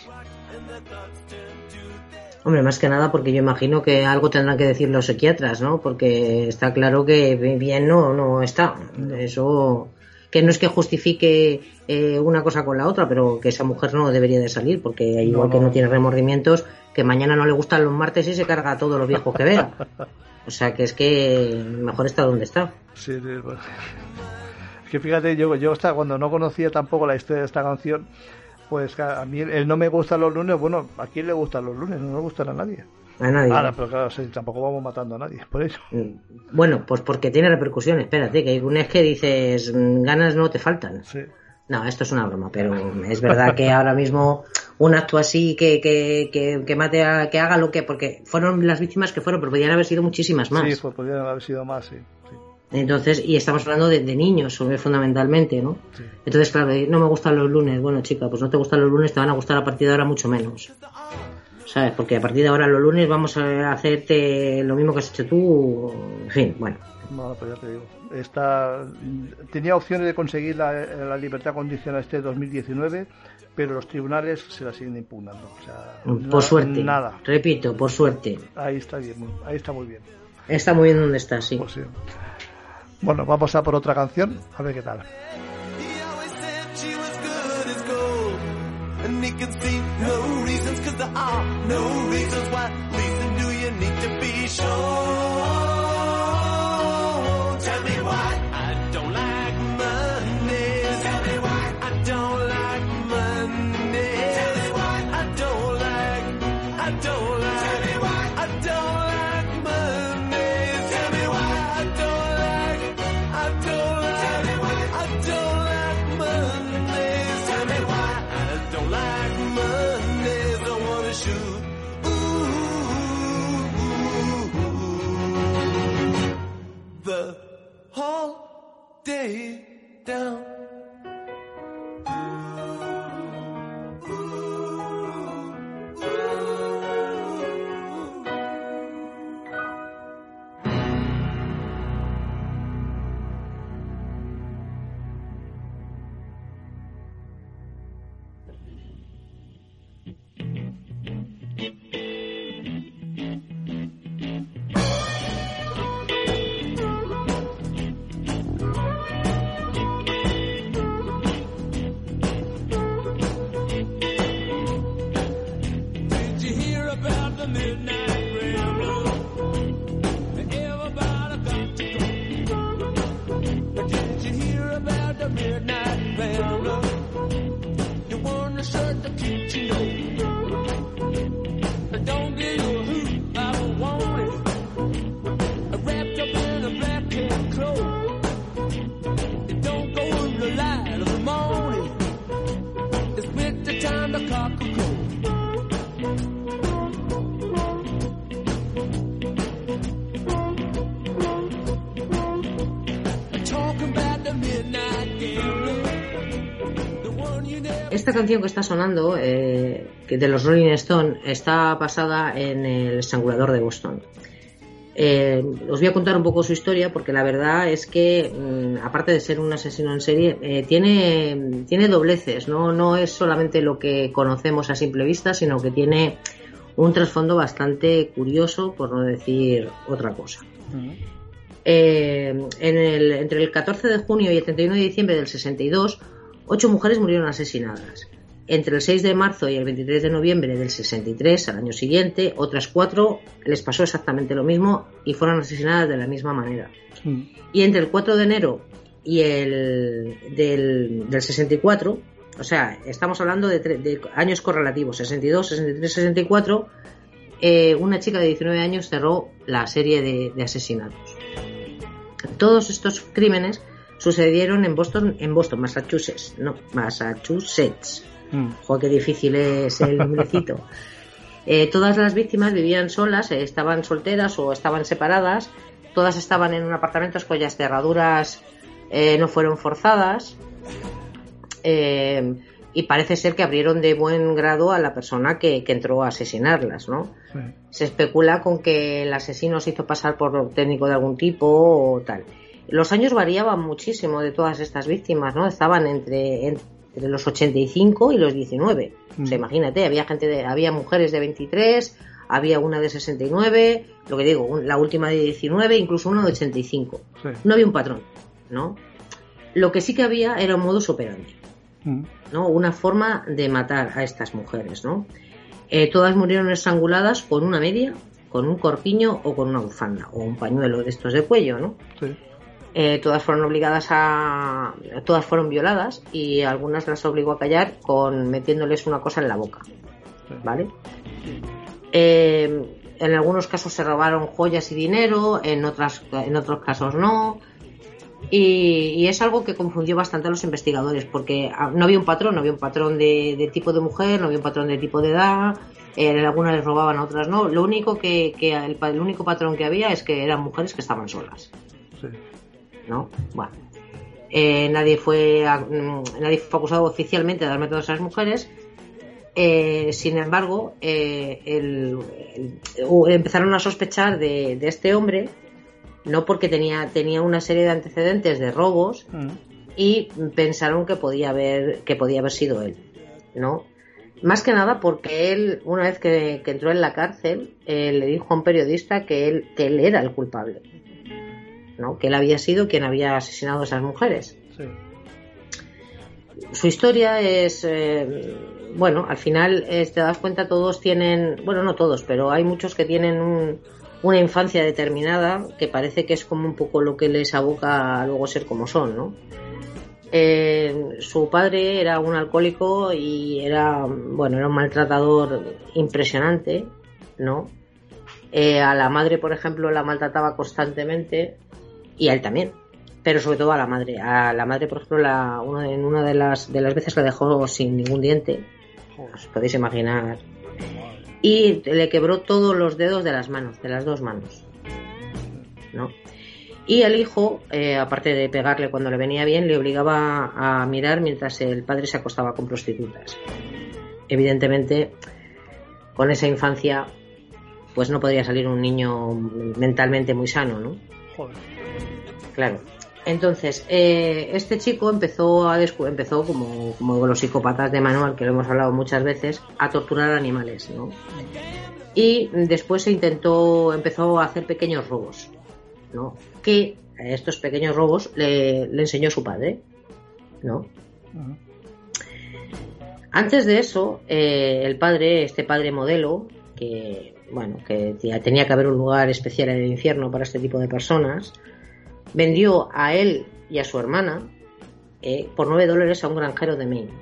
Hombre, más que nada porque yo imagino que algo tendrán que decir los psiquiatras, ¿no? Porque está claro que bien no está. Eso, que no es que justifique una cosa con la otra, pero que esa mujer no debería de salir, porque igual que no tiene remordimientos, que mañana no le gustan los martes y se carga a todos los viejos que vea. O sea, que es que mejor está donde está. Sí, pues, es que fíjate, yo hasta cuando no conocía tampoco la historia de esta canción, pues a mí el no me gustan los lunes, bueno, ¿a quién le gustan los lunes? No le gustan a nadie. A nadie. Ahora, pero claro, sí, tampoco vamos matando a nadie, por eso. Bueno, pues porque tiene repercusiones, espérate, que hay lunes que dices, ganas no te faltan. Sí. No, esto es una broma, pero es verdad que ahora mismo un acto así que mate que haga lo que, porque fueron las víctimas que fueron, pero podrían haber sido muchísimas más. Sí, podrían haber sido más, sí. Entonces, y estamos hablando de niños, fundamentalmente, ¿no? Sí. Entonces, claro, no me gustan los lunes. Bueno, chica, pues no te gustan los lunes, te van a gustar a partir de ahora mucho menos. ¿Sabes? Porque a partir de ahora los lunes vamos a hacerte lo mismo que has hecho tú. En fin, bueno. No, pues ya te digo. Tenía opciones de conseguir la libertad condicional este 2019, pero los tribunales se la siguen impugnando. O sea, por suerte. Nada. Repito, por suerte. Ahí está bien, ahí está muy bien. Está muy bien donde está, sí. Pues sí. Bueno, vamos a por otra canción, a ver qué tal. midnight rambler, the one that said to keep you know. Don't give you a hoot, I don't want it. Wrapped up in a black cat cloak. It don't go in the light of the morning. It's with the time the cock will crow. Esta canción que está sonando, que de los Rolling Stones, está basada en El Estrangulador de Boston. Os voy a contar un poco su historia porque la verdad es que, aparte de ser un asesino en serie, tiene dobleces, no es solamente lo que conocemos a simple vista, sino que tiene un trasfondo bastante curioso, por no decir otra cosa. Entre el 14 de junio y el 31 de diciembre del 62, 8 mujeres murieron asesinadas. Entre el 6 de marzo y el 23 de noviembre del 63, al año siguiente, otras 4 les pasó exactamente lo mismo y fueron asesinadas de la misma manera. Y entre el 4 de enero y el del 64, o sea, estamos hablando de años correlativos, 62, 63, 64, una chica de 19 años cerró la serie de asesinatos. Todos estos crímenes sucedieron en Boston, Massachusetts. Joder, qué difícil es el nombrecito. Todas las víctimas vivían solas, estaban solteras o estaban separadas. Todas estaban en un apartamento cuyas cerraduras no fueron forzadas. Y parece ser que abrieron de buen grado a la persona que entró a asesinarlas, ¿no? Sí. Se especula con que el asesino se hizo pasar por técnico de algún tipo o tal. Los años variaban muchísimo de todas estas víctimas, ¿no? Estaban entre los 85 y los 19. O sea, imagínate, había mujeres de 23, había una de 69, lo que digo, la última de 19, incluso una de 85. Sí. No había un patrón, ¿no? Lo que sí que había era un modus operandi, ¿no? Una forma de matar a estas mujeres, ¿no? Todas murieron estranguladas con una media, con un corpiño o con una bufanda o un pañuelo de estos de cuello, ¿no? Sí. Todas fueron todas fueron violadas y algunas las obligó a callar metiéndoles una cosa en la boca, ¿vale? En algunos casos se robaron joyas y dinero, en otros casos no. Y es algo que confundió bastante a los investigadores porque no había un patrón de tipo de mujer, no había un patrón de tipo de edad. Algunas les robaban, a otras no. Lo único el único patrón que había es que eran mujeres que estaban solas. Sí. ¿No? Bueno, nadie fue acusado oficialmente de haber matado a esas mujeres. Sin embargo, empezaron a sospechar de este hombre, no porque tenía una serie de antecedentes de robos y pensaron que podía haber sido él, ¿no? Más que nada porque él, una vez que entró en la cárcel, le dijo a un periodista que él era el culpable, ¿no? Que él había sido quien había asesinado a esas mujeres. Sí. Su historia es, al final te das cuenta, todos tienen, no todos, pero hay muchos que tienen una infancia determinada que parece que es como un poco lo que les aboca a luego ser como son, ¿no? Su padre era un alcohólico y era un maltratador impresionante, ¿no? A la madre, por ejemplo, la maltrataba constantemente y a él también, pero sobre todo a la madre. A la madre, por ejemplo, en una de las veces la dejó sin ningún diente, os podéis imaginar, y le quebró todos los dedos de las manos, de las dos manos, ¿no? Y el hijo, aparte de pegarle cuando le venía bien, le obligaba a mirar mientras el padre se acostaba con prostitutas. Evidentemente, con esa infancia, pues no podría salir un niño mentalmente muy sano, ¿no? Joder. Claro. Entonces, este chico empezó como los psicópatas de manual, que lo hemos hablado muchas veces, a torturar animales, ¿no? Y después empezó a hacer pequeños robos, ¿no? Que estos pequeños robos le enseñó su padre, ¿no? Uh-huh. Antes de eso, este padre modelo, que tenía que haber un lugar especial en el infierno para este tipo de personas, vendió a él y a su hermana por $9 a un granjero de Maine.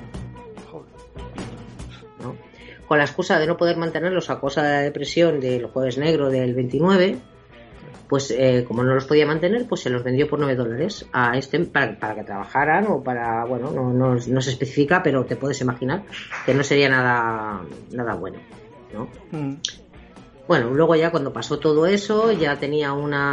¿No? Con la excusa de no poder mantenerlos a causa de la depresión del Jueves Negro del 29, pues como no los podía mantener, pues se los vendió por $9 a para que trabajaran o para, bueno, no se especifica, pero te puedes imaginar que no sería nada bueno, ¿no? Bueno, luego ya cuando pasó todo eso, ya tenía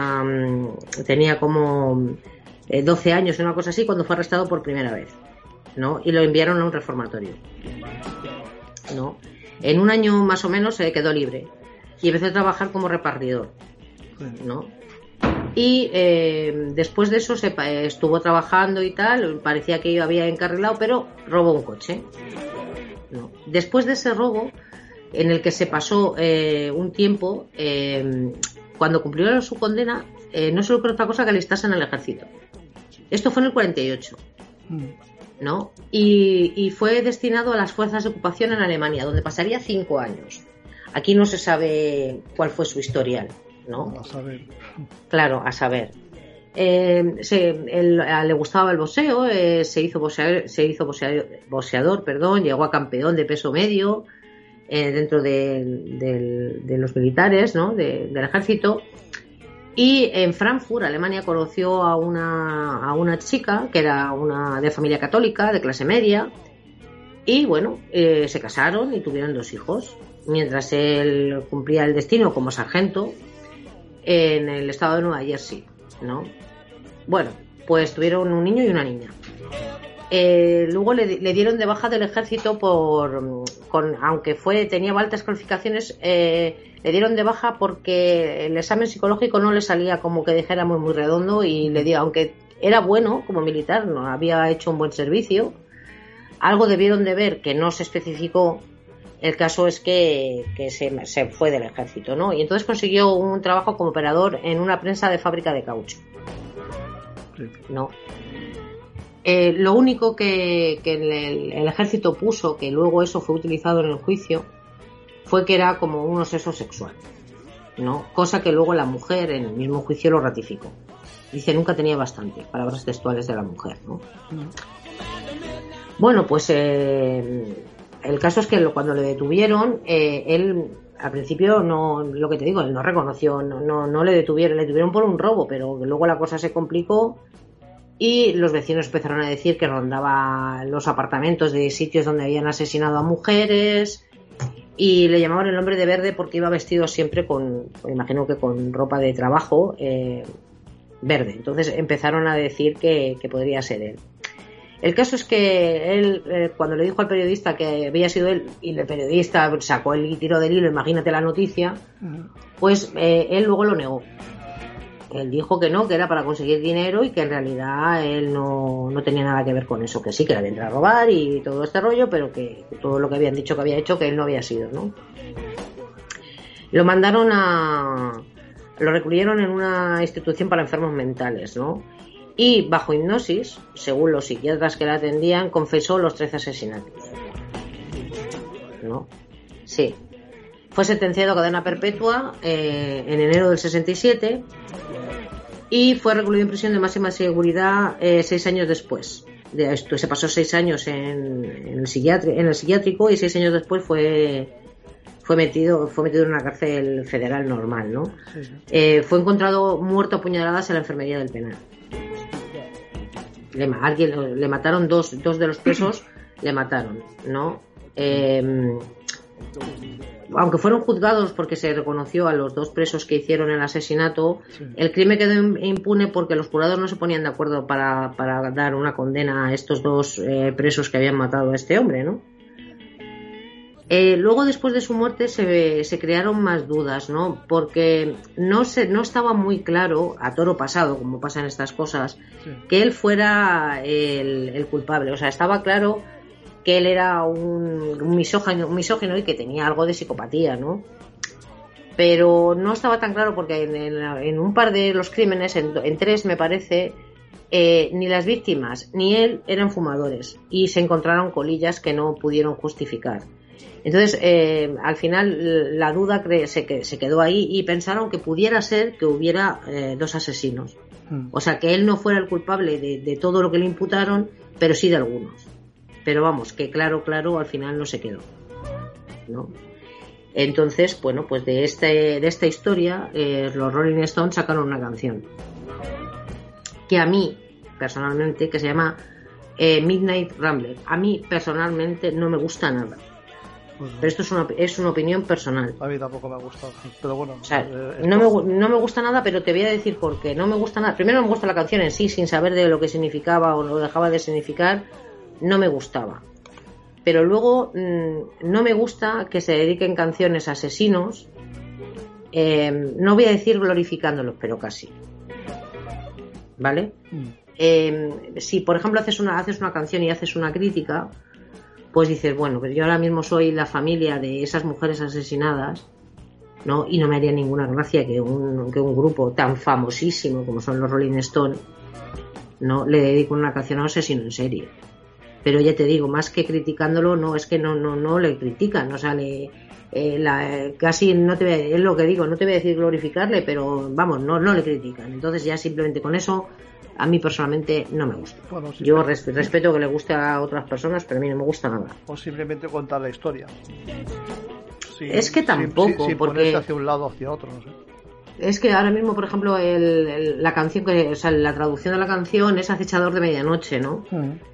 como 12 años, una cosa así, cuando fue arrestado por primera vez, ¿no? Y lo enviaron a un reformatorio, ¿no? En un año más o menos se quedó libre y empezó a trabajar como repartidor, ¿no? Y después de eso estuvo trabajando y tal, parecía que había encarrilado, pero robó un coche, ¿no? Después de ese robo, en el que se pasó un tiempo, cuando cumplió su condena, no se le ocurrió otra cosa que alistarse en el ejército. Esto fue en el 48, ¿no? Y fue destinado a las fuerzas de ocupación en Alemania, donde pasaría 5 años. Aquí no se sabe cuál fue su historial, ¿no? A saber. Claro, a saber. Le gustaba el boxeo, se hizo boxeador, llegó a campeón de peso medio dentro de los militares, ¿no? Del ejército. Y en Frankfurt, Alemania, conoció a una chica que era de familia católica, de clase media, y bueno, se casaron y tuvieron 2 hijos, mientras él cumplía el destino como sargento en el estado de Nueva Jersey, ¿no? Bueno, pues tuvieron un niño y una niña. Luego le dieron de baja del ejército aunque tenía altas calificaciones, le dieron de baja porque el examen psicológico no le salía como que dijéramos muy redondo, y aunque era bueno como militar, no había hecho un buen servicio, algo debieron de ver que no se especificó. El caso es que se fue del ejército, ¿no? Y entonces consiguió un trabajo como operador en una prensa de fábrica de caucho, ¿no? Lo único que el ejército puso, que luego eso fue utilizado en el juicio, fue que era como un obseso sexual, ¿no? Cosa que luego la mujer en el mismo juicio lo ratificó. Dice, nunca tenía bastante, palabras textuales de la mujer, ¿no? Bueno, pues el caso es que cuando le detuvieron, él al principio lo que te digo, él no reconoció, no le detuvieron por un robo, pero luego la cosa se complicó. Y los vecinos empezaron a decir que rondaba los apartamentos de sitios donde habían asesinado a mujeres, y le llamaban el hombre de verde porque iba vestido siempre imagino que con ropa de trabajo verde. Entonces empezaron a decir que podría ser él. El caso es que él, cuando le dijo al periodista que había sido él, y el periodista sacó el tiro del hilo, imagínate la noticia, pues él luego lo negó. Él dijo que no, que era para conseguir dinero y que en realidad él no tenía nada que ver con eso, que sí, que le había entrado a robar y todo este rollo, pero que todo lo que habían dicho que había hecho, que él no había sido, ¿no? Lo recluyeron en una institución para enfermos mentales, ¿no? Y bajo hipnosis, según los psiquiatras que la atendían, confesó los 13 asesinatos, ¿no? Sí. Fue sentenciado a cadena perpetua en enero del 67 y fue recluido en prisión de máxima seguridad 6 años después. De esto se pasó 6 años en el psiquiátrico, y 6 años después fue metido en una cárcel federal normal, ¿no? Fue encontrado muerto a puñaladas en la enfermería del penal. Le mataron dos de los presos, le mataron, ¿no? Aunque fueron juzgados porque se reconoció a los 2 presos que hicieron el asesinato, el crimen quedó impune porque los jurados no se ponían de acuerdo para dar una condena a estos 2 presos que habían matado a este hombre, ¿no? Luego, después de su muerte, se crearon más dudas, ¿no? Porque no estaba muy claro, a toro pasado, como pasan estas cosas, que él fuera el culpable. O sea, estaba claro que él era un misógino y que tenía algo de psicopatía, ¿no? Pero no estaba tan claro porque en un par de los crímenes, en 3 me parece, ni las víctimas ni él eran fumadores, y se encontraron colillas que no pudieron justificar. Entonces, al final la duda se quedó ahí, y pensaron que pudiera ser que hubiera 2 asesinos. O sea, que él no fuera el culpable de todo lo que le imputaron, pero sí de algunos. Pero vamos, que claro, al final no se quedó, ¿no? Entonces, bueno, pues de esta historia, los Rolling Stones sacaron una canción que a mí, personalmente, que se llama Midnight Rambler. A mí, personalmente, no me gusta nada. Pero esto es una opinión personal. A mí tampoco me ha gustado, pero bueno. O sea, no me gusta nada, pero te voy a decir por qué. No me gusta nada. Primero no me gusta la canción en sí, sin saber de lo que significaba o lo dejaba de significar, no me gustaba. Pero luego no me gusta que se dediquen canciones a asesinos. No voy a decir glorificándolos, pero casi. ¿Vale? Si por ejemplo haces una canción y haces una crítica, pues dices, bueno, pero yo ahora mismo soy la familia de esas mujeres asesinadas, ¿no? Y no me haría ninguna gracia que un grupo tan famosísimo como son los Rolling Stones, ¿no?, le dedico una canción a un asesino en serie. Pero ya te digo, más que criticándolo, no, es que no le critican, o sea, casi no te voy a, es lo que digo, no te voy a decir glorificarle, pero vamos, no le critican. Entonces ya simplemente con eso, a mí personalmente no me gusta. Bueno, yo respeto que le guste a otras personas, pero a mí no me gusta nada. O simplemente contar la historia. Es que tampoco, sin porque ponerse hacia un lado o hacia otro, no sé. Es que ahora mismo, por ejemplo, la canción o sea, la traducción de la canción es Acechador de Medianoche, ¿no?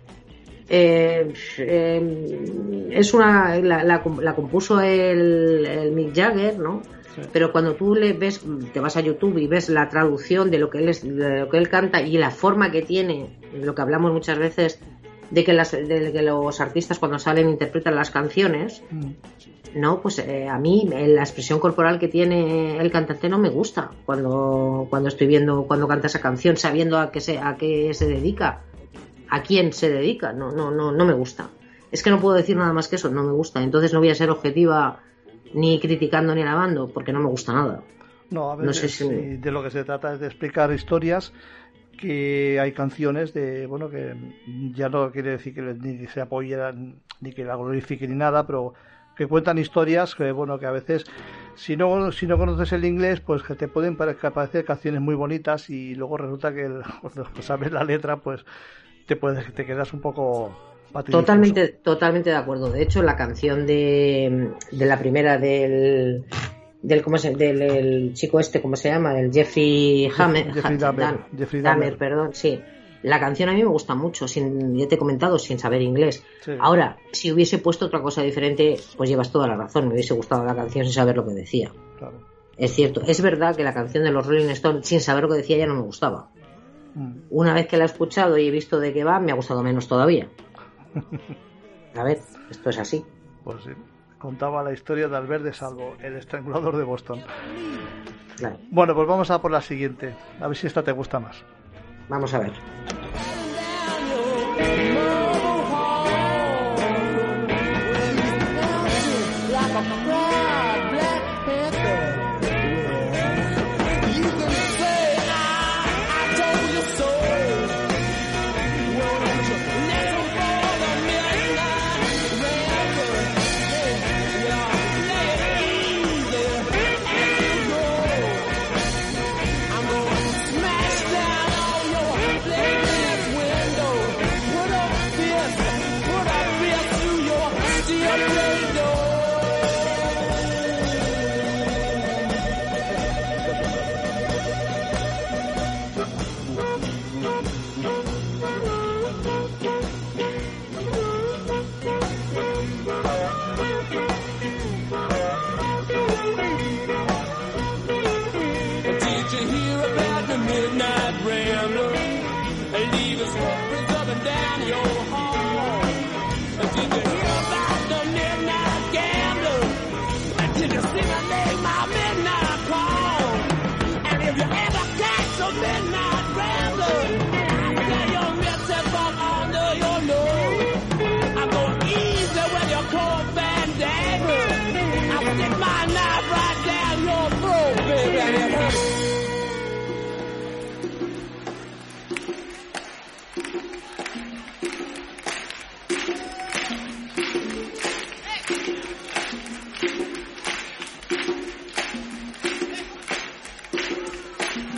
Es la compuso el Mick Jagger, ¿no? Sí. Pero cuando tú te vas a YouTube y ves la traducción de lo que él canta y la forma que tiene, lo que hablamos muchas veces de que los artistas cuando salen interpretan las canciones, no, pues a mí la expresión corporal que tiene el cantante no me gusta cuando estoy viendo cuando canta esa canción, sabiendo a qué se dedica. ¿A quién se dedica? No me gusta. Es que no puedo decir nada más que eso, no me gusta. Entonces no voy a ser objetiva ni criticando ni alabando, porque no me gusta nada. No, a ver, de lo que se trata es de explicar historias, que hay canciones que ya no quiere decir que ni se apoyen ni que la glorifiquen ni nada, pero que cuentan historias que a veces si no conoces el inglés, pues que te pueden parecer canciones muy bonitas y luego resulta que cuando sabes la letra, pues te quedas un poco patidifuso. Totalmente de acuerdo. De hecho, la canción de la primera del chico ¿cómo se llama? El Jeffrey Dahmer, perdón, sí. La canción a mí me gusta mucho, ya te he comentado, sin saber inglés. Sí. Ahora, si hubiese puesto otra cosa diferente, pues llevas toda la razón. Me hubiese gustado la canción sin saber lo que decía. Claro. Es cierto, es verdad que la canción de los Rolling Stones, sin saber lo que decía, ya no me gustaba. Una vez que la he escuchado y he visto de qué va, me ha gustado menos todavía. A ver, esto es así. Pues sí, contaba la historia de Albert de Salvo, el estrangulador de Boston. Claro. Bueno, pues vamos a por la siguiente, a ver si esta te gusta más. Vamos a ver.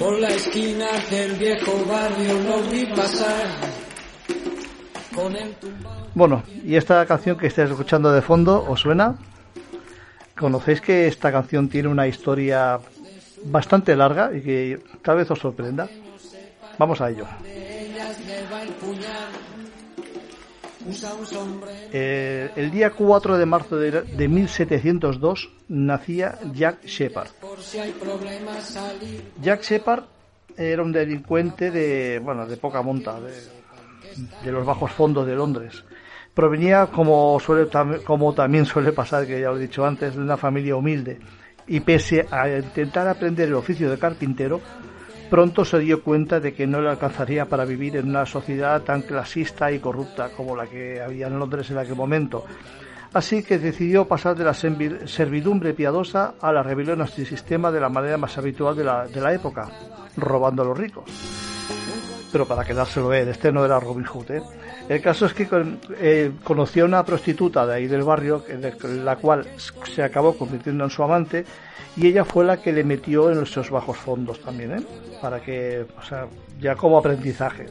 Por la esquina del viejo barrio lo vi pasar. Con el tumbao. Bueno, y esta canción que estáis escuchando de fondo, ¿os suena? ¿Conocéis que esta canción tiene una historia bastante larga y que tal vez os sorprenda? Vamos a ello. El día 4 de marzo de 1702 nacía Jack Sheppard. Jack Sheppard era un delincuente de poca monta, de los bajos fondos de Londres. Provenía, como también suele pasar, que ya lo he dicho antes, de una familia humilde, y pese a intentar aprender el oficio de carpintero, pronto se dio cuenta de que no le alcanzaría para vivir en una sociedad tan clasista y corrupta como la que había en Londres en aquel momento. Así que decidió pasar de la servidumbre piadosa a la rebelión antisistema de la manera más habitual de la época, robando a los ricos. Pero para quedárselo él, este no era Robin Hood, ¿eh? El caso es que conoció a una prostituta de ahí del barrio, la cual se acabó convirtiendo en su amante, y ella fue la que le metió en esos bajos fondos también, ¿eh? Para que, ya como aprendizaje.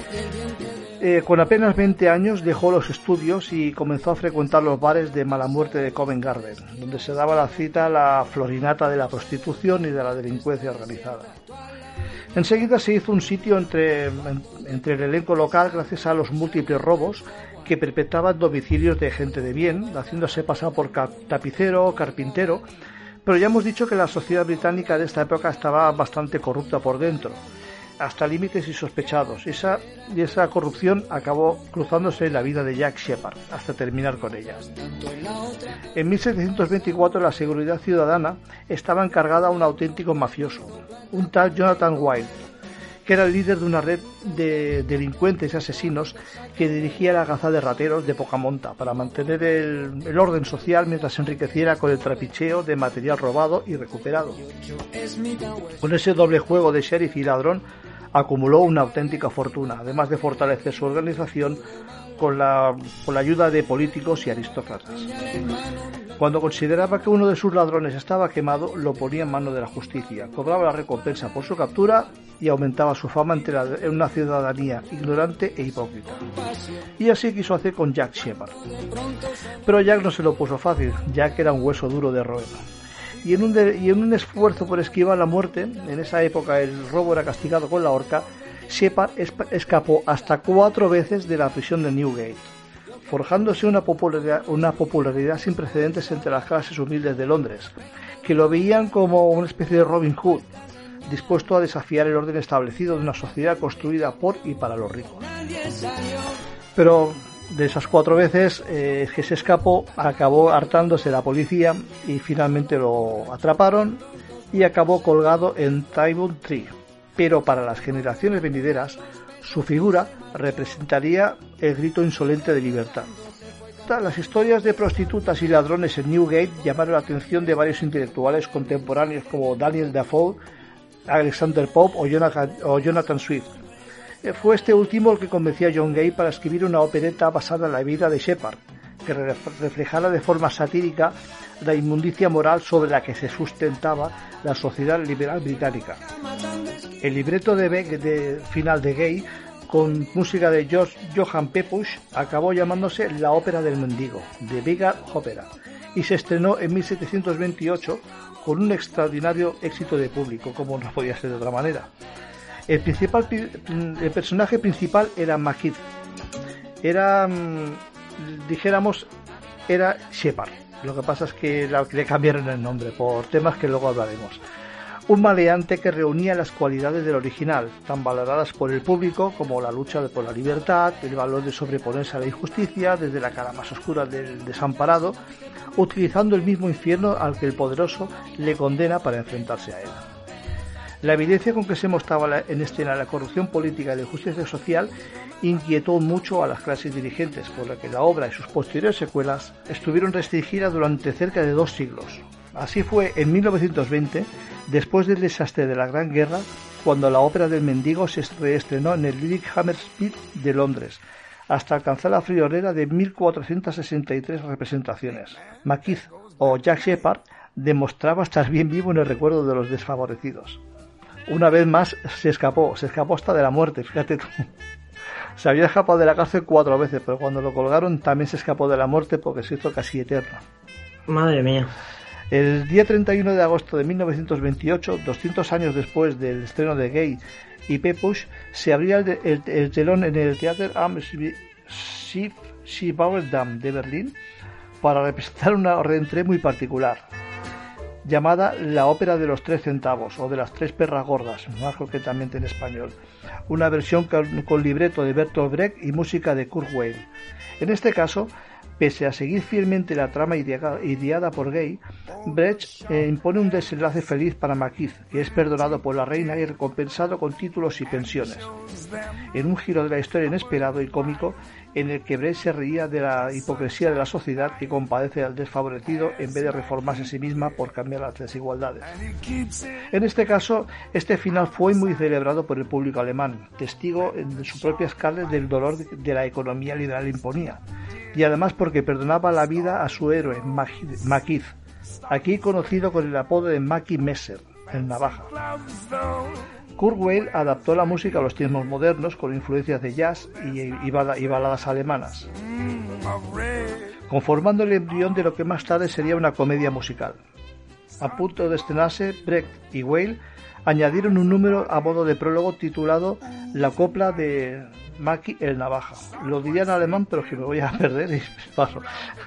Con apenas 20 años dejó los estudios y comenzó a frecuentar los bares de mala muerte de Covent Garden, donde se daba la cita a la florinata de la prostitución y de la delincuencia organizada. Enseguida se hizo un sitio entre el elenco local gracias a los múltiples robos que perpetraban domicilios de gente de bien, haciéndose pasar por tapicero o carpintero, pero ya hemos dicho que la sociedad británica de esta época estaba bastante corrupta por dentro, hasta límites insospechados, y esa corrupción acabó cruzándose en la vida de Jack Sheppard, hasta terminar con ella. En 1724 la seguridad ciudadana estaba encargada a un auténtico mafioso, un tal Jonathan Wild, que era el líder de una red de delincuentes y asesinos que dirigía la gaza de rateros de poca monta para mantener el orden social mientras se enriqueciera con el trapicheo de material robado y recuperado. Con ese doble juego de sheriff y ladrón acumuló una auténtica fortuna, además de fortalecer su organización con la ayuda de políticos y aristócratas. Cuando consideraba que uno de sus ladrones estaba quemado, lo ponía en manos de la justicia, cobraba la recompensa por su captura y aumentaba su fama en una ciudadanía ignorante e hipócrita. Y así quiso hacer con Jack Sheppard. Pero Jack no se lo puso fácil, Jack era un hueso duro de roer. Y en un esfuerzo por esquivar la muerte, en esa época el robo era castigado con la horca, Sheppard escapó hasta 4 veces de la prisión de Newgate, forjándose una popularidad sin precedentes entre las clases humildes de Londres, que lo veían como una especie de Robin Hood, dispuesto a desafiar el orden establecido de una sociedad construida por y para los ricos. Pero de esas 4 veces que se escapó, acabó hartándose la policía y finalmente lo atraparon y acabó colgado en Tyburn Tree. Pero para las generaciones venideras, su figura representaría el grito insolente de libertad. Las historias de prostitutas y ladrones en Newgate llamaron la atención de varios intelectuales contemporáneos como Daniel Defoe, Alexander Pope o Jonathan Swift. Fue este último el que convenció a John Gay para escribir una opereta basada en la vida de Sheppard, que reflejara de forma satírica la inmundicia moral sobre la que se sustentaba la sociedad liberal británica. El libreto final de Gay, con música de Johann Pepusch, acabó llamándose La ópera del mendigo, The Beggar Opera, y se estrenó en 1728 con un extraordinario éxito de público, como no podía ser de otra manera. El personaje principal era Macheath. Era Sheppard. Lo que pasa es que le cambiaron el nombre por temas que luego hablaremos. Un maleante que reunía las cualidades del original, tan valoradas por el público como la lucha por la libertad, el valor de sobreponerse a la injusticia desde la cara más oscura del desamparado, utilizando el mismo infierno al que el poderoso le condena para enfrentarse a él. La evidencia con que se mostraba en escena la corrupción política y la injusticia social inquietó mucho a las clases dirigentes, por lo que la obra y sus posteriores secuelas estuvieron restringidas durante cerca de 2 siglos. Así fue en 1920, después del desastre de la Gran Guerra, cuando la ópera del mendigo se reestrenó en el Lyric Hammersmith de Londres, hasta alcanzar la friolera de 1.463 representaciones. Macheath, o Jack Sheppard, demostraba estar bien vivo en el recuerdo de los desfavorecidos. una vez más se escapó hasta de la muerte, fíjate tú. Se había escapado de la cárcel 4 veces, pero cuando lo colgaron también se escapó de la muerte porque se hizo casi eterno. Madre mía. El día 31 de agosto de 1928, 200 años después del estreno de Gay y Pepusch, se abría el telón en el Theater am Schiebauerdamm de Berlín para representar una reentrée muy particular, llamada La Ópera de los 3 centavos o de las 3 perras gordas, más concretamente en español, una versión con libreto de Bertolt Brecht y música de Kurt Weill. En este caso, pese a seguir fielmente la trama ideada por Gay, Brecht impone un desenlace feliz para Maquis, que es perdonado por la reina y recompensado con títulos y pensiones, en un giro de la historia inesperado y cómico en el que Brecht se reía de la hipocresía de la sociedad que compadece al desfavorecido en vez de reformarse a sí misma por cambiar las desigualdades. En este caso, este final fue muy celebrado por el público alemán, testigo en sus propias carnes del dolor de la economía liberal imponía, y además porque perdonaba la vida a su héroe, Maquis, aquí conocido con el apodo de Mackie Messer, el navaja. Kurt Weill adaptó la música a los tiempos modernos con influencias de jazz y baladas alemanas, conformando el embrión de lo que más tarde sería una comedia musical. A punto de estrenarse, Brecht y Weill añadieron un número a modo de prólogo titulado La copla de Mackie el navaja. Lo diría en alemán, pero que me voy a perder y paso.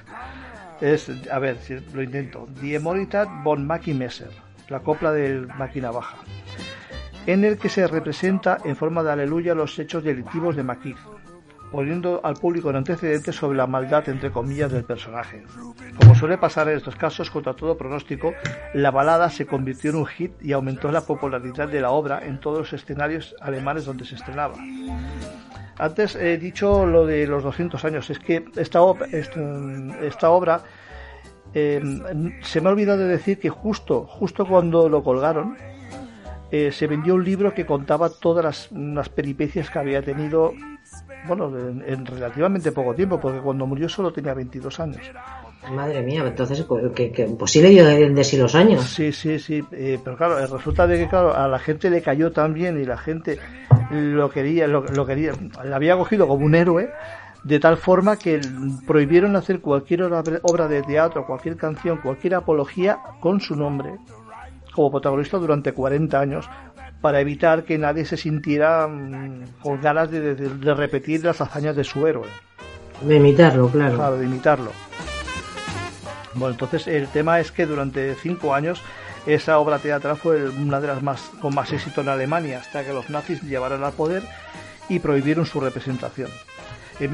A ver si lo intento. Die Moritat von Mackie Messer, la copla del Mackie navaja, en el que se representa en forma de aleluya los hechos delictivos de Maquis, poniendo al público en antecedentes sobre la maldad entre comillas del personaje. Como suele pasar en estos casos, contra todo pronóstico, la balada se convirtió en un hit y aumentó la popularidad de la obra en todos los escenarios alemanes donde se estrenaba. Antes he dicho lo de los 200 años, es que esta obra se me ha olvidado de decir que justo cuando lo colgaron, se vendió un libro que contaba todas las peripecias que había tenido, bueno, en relativamente poco tiempo, porque cuando murió solo tenía 22 años. Madre mía, entonces que pues sí le dio de sí los años. Sí, pero claro, resulta de que claro, a la gente le cayó tan bien y la gente lo quería, le había cogido como un héroe, de tal forma que prohibieron hacer cualquier obra de teatro, cualquier canción, cualquier apología con su nombre como protagonista durante 40 años, para evitar que nadie se sintiera con ganas de repetir las hazañas de su héroe. De imitarlo, claro. Claro, de imitarlo. Bueno, entonces el tema es que durante 5 años esa obra teatral fue una de las con más éxito en Alemania, hasta que los nazis llegaron al poder y prohibieron su representación. En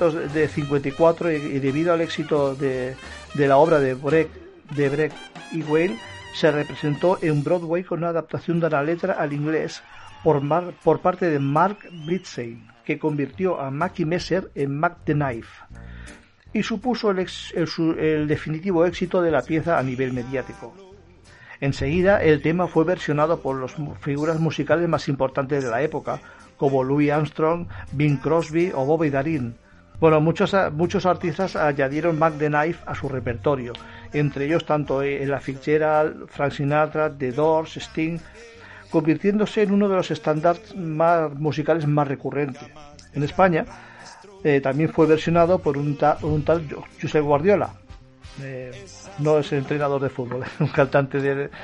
1954, y debido al éxito de la obra de Brecht y Weill, se representó en Broadway con una adaptación de la letra al inglés por parte de Mark Blitzstein, que convirtió a Mackie Messer en Mac the Knife, y supuso el definitivo éxito de la pieza a nivel mediático. Enseguida, el tema fue versionado por las figuras musicales más importantes de la época, como Louis Armstrong, Bing Crosby o Bobby Darin. Bueno, muchos artistas añadieron Mac the Knife a su repertorio, entre ellos tanto Ella Fitzgerald, Frank Sinatra, The Doors, Sting, convirtiéndose en uno de los estándares musicales más recurrentes. En España también fue versionado por un tal Josep Guardiola, no es entrenador de fútbol, un cantante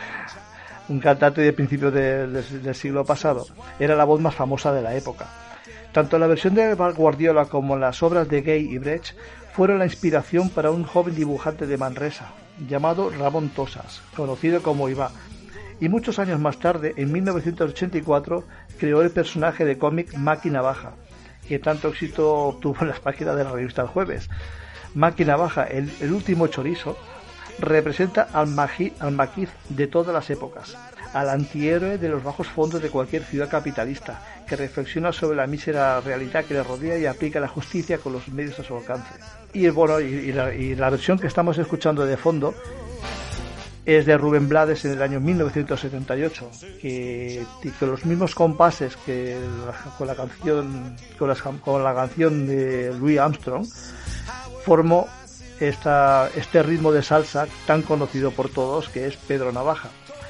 de principios del siglo pasado. Era la voz más famosa de la época. Tanto la versión de Guardiola como las obras de Gay y Brecht fueron la inspiración para un joven dibujante de Manresa, llamado Ramón Tosas, conocido como Iván, y muchos años más tarde, en 1984, creó el personaje de cómic Mackie Navaja, que tanto éxito obtuvo en las páginas de la revista El Jueves. Mackie Navaja, el último chorizo, representa al Maquis de todas las épocas, al antihéroe de los bajos fondos de cualquier ciudad capitalista, que reflexiona sobre la mísera realidad que le rodea y aplica la justicia con los medios a su alcance. Y la versión que estamos escuchando de fondo es de Rubén Blades en el año 1978, que con los mismos compases que con la canción de Louis Armstrong formó este ritmo de salsa tan conocido por todos, que es Pedro Navaja.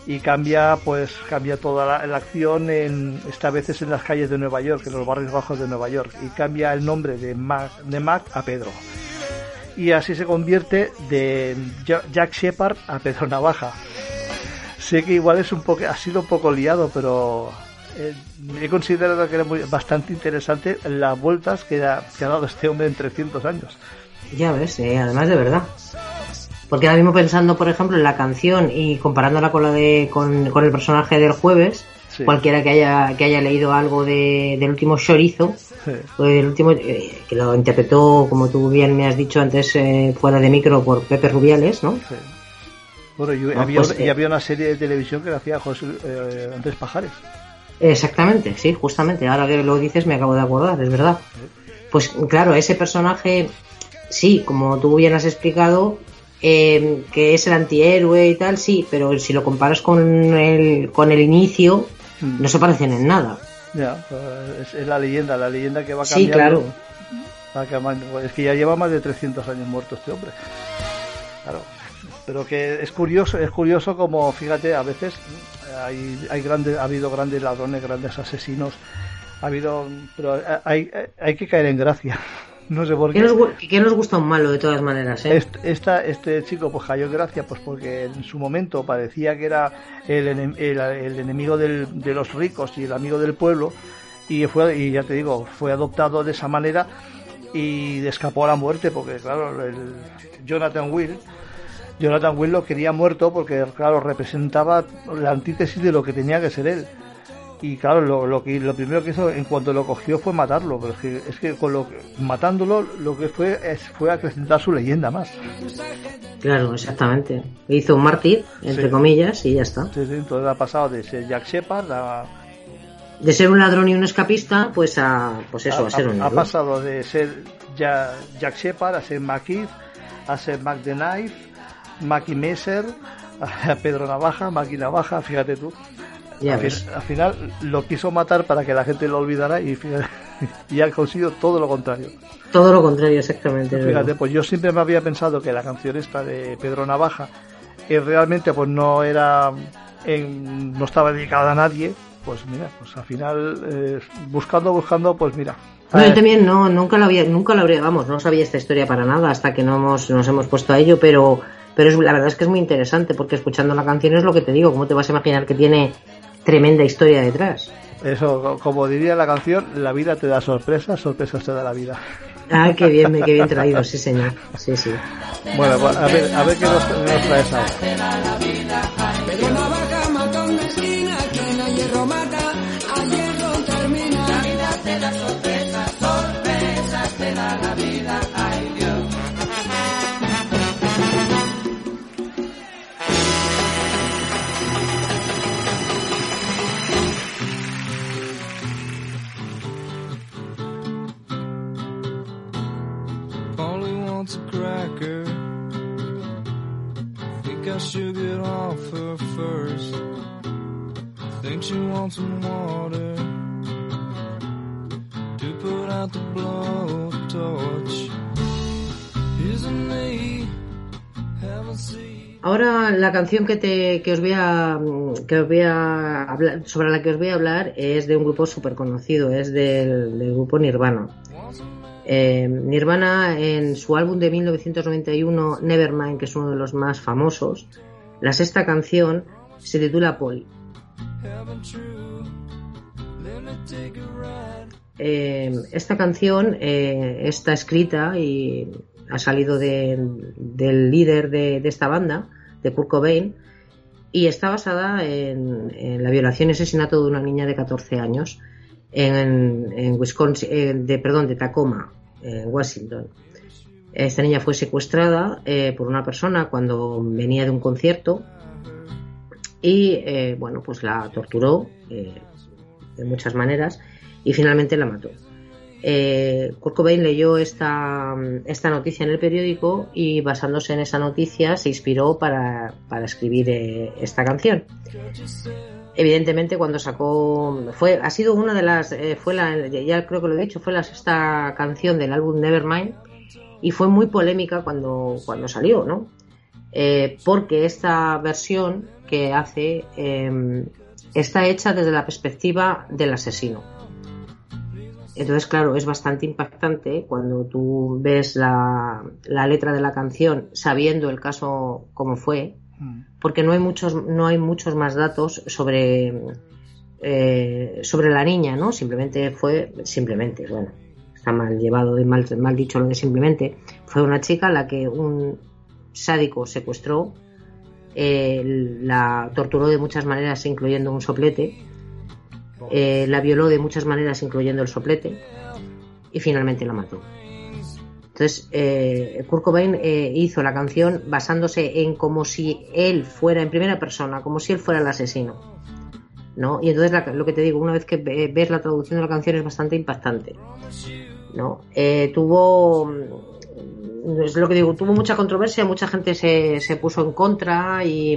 y cambia toda la acción esta vez es en las calles de Nueva York, en los barrios bajos de Nueva York, y cambia el nombre de Mac a Pedro, y así se convierte de Jack Shephard a Pedro Navaja. Sé que igual ha sido un poco liado, pero he considerado que era bastante interesante las vueltas que ha dado este hombre en 300 años. Ya ves, además de verdad. Porque ahora mismo pensando, por ejemplo, en la canción y comparándola con con el personaje del jueves, sí. Cualquiera que haya leído algo del último Chorizo, sí. Del último que lo interpretó, como tú bien me has dicho antes, fuera de micro, por Pepe Rubiales, ¿no? Sí. Bueno, había una serie de televisión que la hacía José Andrés Pajares. Exactamente, sí, justamente. Ahora que lo dices me acabo de acordar, es verdad. Sí. Pues claro, ese personaje, sí, como tú bien has explicado, que es el antihéroe y tal, sí, pero si lo comparas con el inicio, no se parecen en nada. Ya, es la leyenda que va cambiando. Sí, claro. Es que ya lleva más de 300 años muerto este hombre. Claro. Pero que es curioso como, fíjate, a veces ha habido grandes ladrones, grandes asesinos, pero hay que caer en gracia. No sé por qué. ¿Qué nos gusta un malo de todas maneras? Este chico pues cayó en gracia pues porque en su momento parecía que era el enemigo de los ricos y el amigo del pueblo, y ya te digo, fue adoptado de esa manera y escapó a la muerte porque claro, Jonathan Will lo quería muerto porque claro, representaba la antítesis de lo que tenía que ser él. Y claro, lo primero que hizo en cuanto lo cogió fue matarlo, pero es que matándolo lo que fue acrecentar su leyenda más. Claro, exactamente. Hizo un mártir, entre comillas, y ya está. Sí, entonces ha pasado de ser Jack Shephard de ser un ladrón y un escapista, pues a ser un héroe. Ha pasado de ser Jack Shephard a ser McKeith, a ser Mac the Knife, Mackie Messer, a Pedro Navaja, Mackie Navaja, fíjate tú. Al final lo quiso matar para que la gente lo olvidara y ha conseguido todo lo contrario. Todo lo contrario, exactamente. Fíjate, pues yo siempre me había pensado que la canción esta de Pedro Navaja realmente pues no estaba dedicada a nadie. Pues mira, pues al final buscando, pues mira. No, yo también nunca lo habría, vamos, no sabía esta historia para nada hasta que nos hemos puesto a ello, pero la verdad es que es muy interesante porque escuchando la canción es lo que te digo, ¿cómo te vas a imaginar que tiene tremenda historia detrás? Eso, como diría la canción, la vida te da sorpresas te da la vida. Ah, qué bien traído, sí señor, sí. Bueno, pues a ver qué nos traes ahora. Pedro Navaja mata una esquina, quien a hierro mata, a hierro termina. La vida te da sorpresas te da la vida, ay Dios. A cracker. Think I should get off her first. Think she wants some water to put out the blowtorch. Isn't me? Haven't seen. Ahora la canción que os voy a hablar, sobre la que os voy a hablar es de un grupo súper conocido, es del grupo Nirvana. Nirvana, en su álbum de 1991 Nevermind, que es uno de los más famosos, la sexta canción se titula Polly. Esta canción está escrita y ha salido del líder de esta banda, de Kurt Cobain, y está basada en la violación y asesinato de una niña de 14 años en Wisconsin, de Tacoma, en Washington. Esta niña fue secuestrada por una persona cuando venía de un concierto y pues la torturó de muchas maneras y finalmente la mató. Kurt Cobain leyó esta noticia en el periódico y basándose en esa noticia se inspiró para escribir esta canción. Evidentemente cuando sacó ha sido una de las ya creo que lo he dicho, fue la sexta canción del álbum Nevermind y fue muy polémica cuando salió, ¿no? porque esta versión que hace está hecha desde la perspectiva del asesino. Entonces, claro, es bastante impactante cuando tú ves la letra de la canción sabiendo el caso como fue, porque no hay muchos más datos sobre la niña, ¿no? Simplemente, bueno, está mal llevado y mal dicho lo de simplemente, fue una chica a la que un sádico secuestró, la torturó de muchas maneras incluyendo un soplete, la violó de muchas maneras incluyendo el soplete y finalmente la mató. Entonces Kurt Cobain hizo la canción basándose en como si él fuera en primera persona, como si él fuera el asesino, ¿no? Y entonces lo que te digo, una vez que ves la traducción de la canción es bastante impactante, ¿no? Tuvo mucha controversia, mucha gente se puso en contra y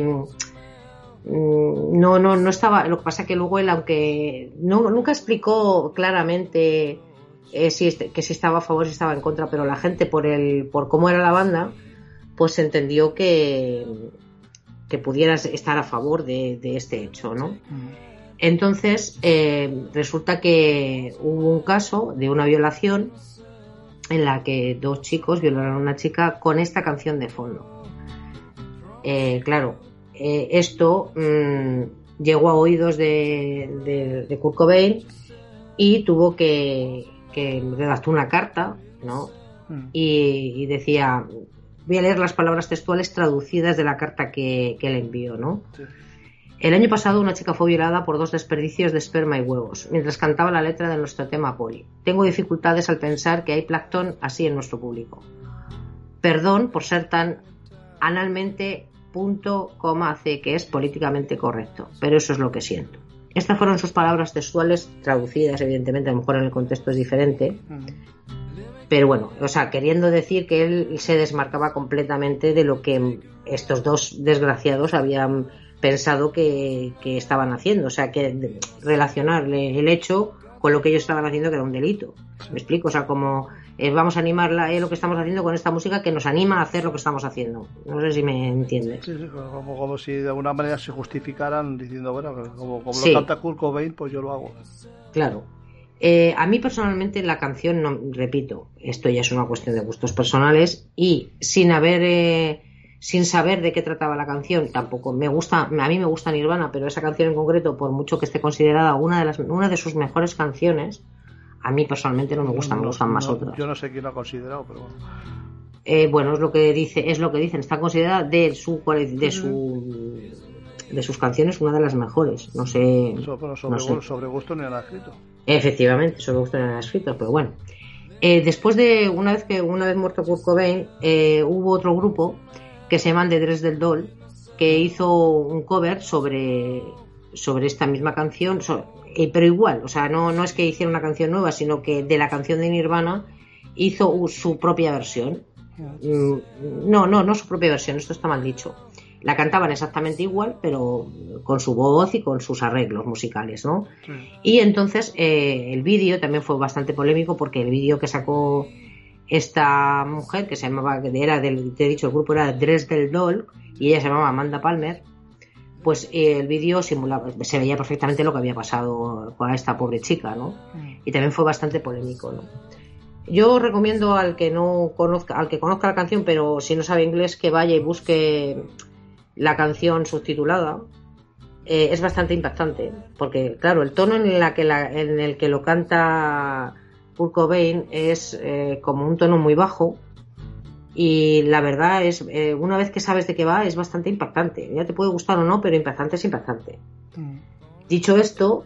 no estaba. Lo que pasa es que luego él, aunque nunca explicó claramente que si estaba a favor, si estaba en contra, pero la gente por cómo era la banda, pues entendió que pudieras estar a favor de este hecho, ¿no? Entonces resulta que hubo un caso de una violación en la que 2 chicos violaron a una chica con esta canción de fondo. Claro, esto llegó a oídos de Kurt Cobain y tuvo que redactó una carta, ¿no? Y decía, voy a leer las palabras textuales traducidas de la carta que le envió, ¿no? Sí. El año pasado una chica fue violada por 2 desperdicios de esperma y huevos mientras cantaba la letra de nuestro tema Polly. Tengo dificultades al pensar que hay plancton así en nuestro público. Perdón por ser tan analmente .c, que es políticamente correcto, pero eso es lo que siento. Estas fueron sus palabras textuales traducidas, evidentemente, a lo mejor en el contexto es diferente, pero bueno, o sea, queriendo decir que él se desmarcaba completamente de lo que estos 2 desgraciados habían pensado que estaban haciendo, o sea, que relacionarle el hecho con lo que ellos estaban haciendo, que era un delito. ¿Me explico? O sea, como vamos a animar lo que estamos haciendo con esta música que nos anima a hacer lo que estamos haciendo. No sé si me entiendes. Sí, como si de alguna manera se justificaran diciendo, bueno, como sí, lo canta Kurt Cobain, pues yo lo hago. Claro. A mí personalmente la canción, no, repito, esto ya es una cuestión de gustos personales y sin saber de qué trataba la canción, tampoco me gusta. A mí me gusta Nirvana, pero esa canción en concreto, por mucho que esté considerada una de sus mejores canciones, a mí personalmente no me gustan, me gustan más otras. Yo no sé quién lo ha considerado, pero bueno. Bueno, es lo que dicen, está considerada de sus canciones una de las mejores. No sé. Sobre gusto ni nada escrito. Efectivamente, sobre gusto ni nada escrito, pero bueno. Después de una vez muerto Kurt Cobain, hubo otro grupo que se llaman The Dresden Doll, que hizo un cover sobre esta misma canción, pero igual, o sea, no es que hiciera una canción nueva, sino que de la canción de Nirvana hizo su propia versión. No su propia versión, esto está mal dicho. La cantaban exactamente igual, pero con su voz y con sus arreglos musicales, ¿no? Sí. Y entonces el vídeo también fue bastante polémico, porque el vídeo que sacó esta mujer, que se llamaba, te he dicho, el grupo era Dresden Doll y ella se llamaba Amanda Palmer, pues el vídeo simulaba, se veía perfectamente lo que había pasado con esta pobre chica, ¿no? Y también fue bastante polémico, ¿no? Yo recomiendo al que conozca la canción, pero si no sabe inglés, que vaya y busque la canción subtitulada. Es bastante impactante, porque claro, el tono en el que lo canta Kurt Cobain es como un tono muy bajo, y la verdad es, una vez que sabes de qué va, es bastante impactante. Ya te puede gustar o no, pero impactante es impactante. Dicho esto,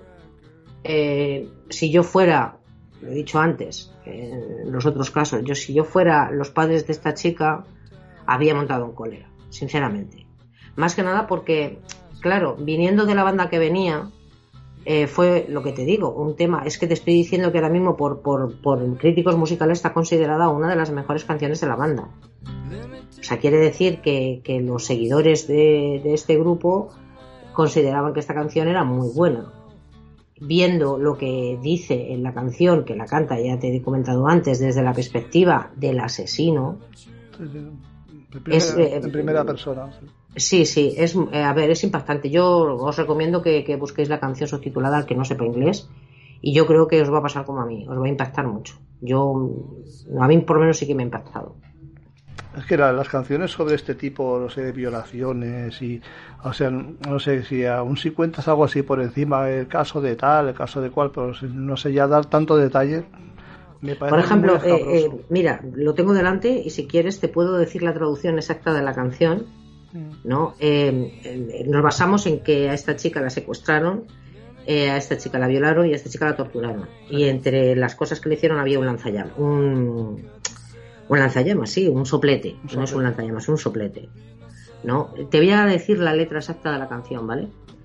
si yo fuera, lo he dicho antes en los otros casos, si yo fuera los padres de esta chica, había montado en cólera, sinceramente. Más que nada porque, claro, viniendo de la banda que venía, fue lo que te digo, un tema. Es que te estoy diciendo que ahora mismo por críticos musicales está considerada una de las mejores canciones de la banda. O sea, quiere decir que los seguidores de este grupo consideraban que esta canción era muy buena. Viendo lo que dice en la canción, que la canta, ya te he comentado antes, desde la perspectiva del asesino, En primera persona. Sí, es impactante. Yo os recomiendo que busquéis la canción subtitulada al que no sepa inglés, y yo creo que os va a pasar como a mí, os va a impactar mucho. A mí por lo menos sí que me ha impactado. Es que las canciones sobre este tipo, no sé, de violaciones y, o sea, no sé si aún si cuentas algo así por encima, el caso de tal, el caso de cual, pero no sé, ya dar tanto detalle me parece. Por ejemplo, muy escabroso. mira, lo tengo delante y si quieres te puedo decir la traducción exacta de la canción, ¿no? Nos basamos en que a esta chica la secuestraron, a esta chica la violaron y a esta chica la torturaron. Y entre las cosas que le hicieron había un lanzallamas. Un lanzallamas, sí, un soplete. No es un lanzallamas, un soplete. ¿No? Te voy a decir la letra exacta de la canción, ¿vale?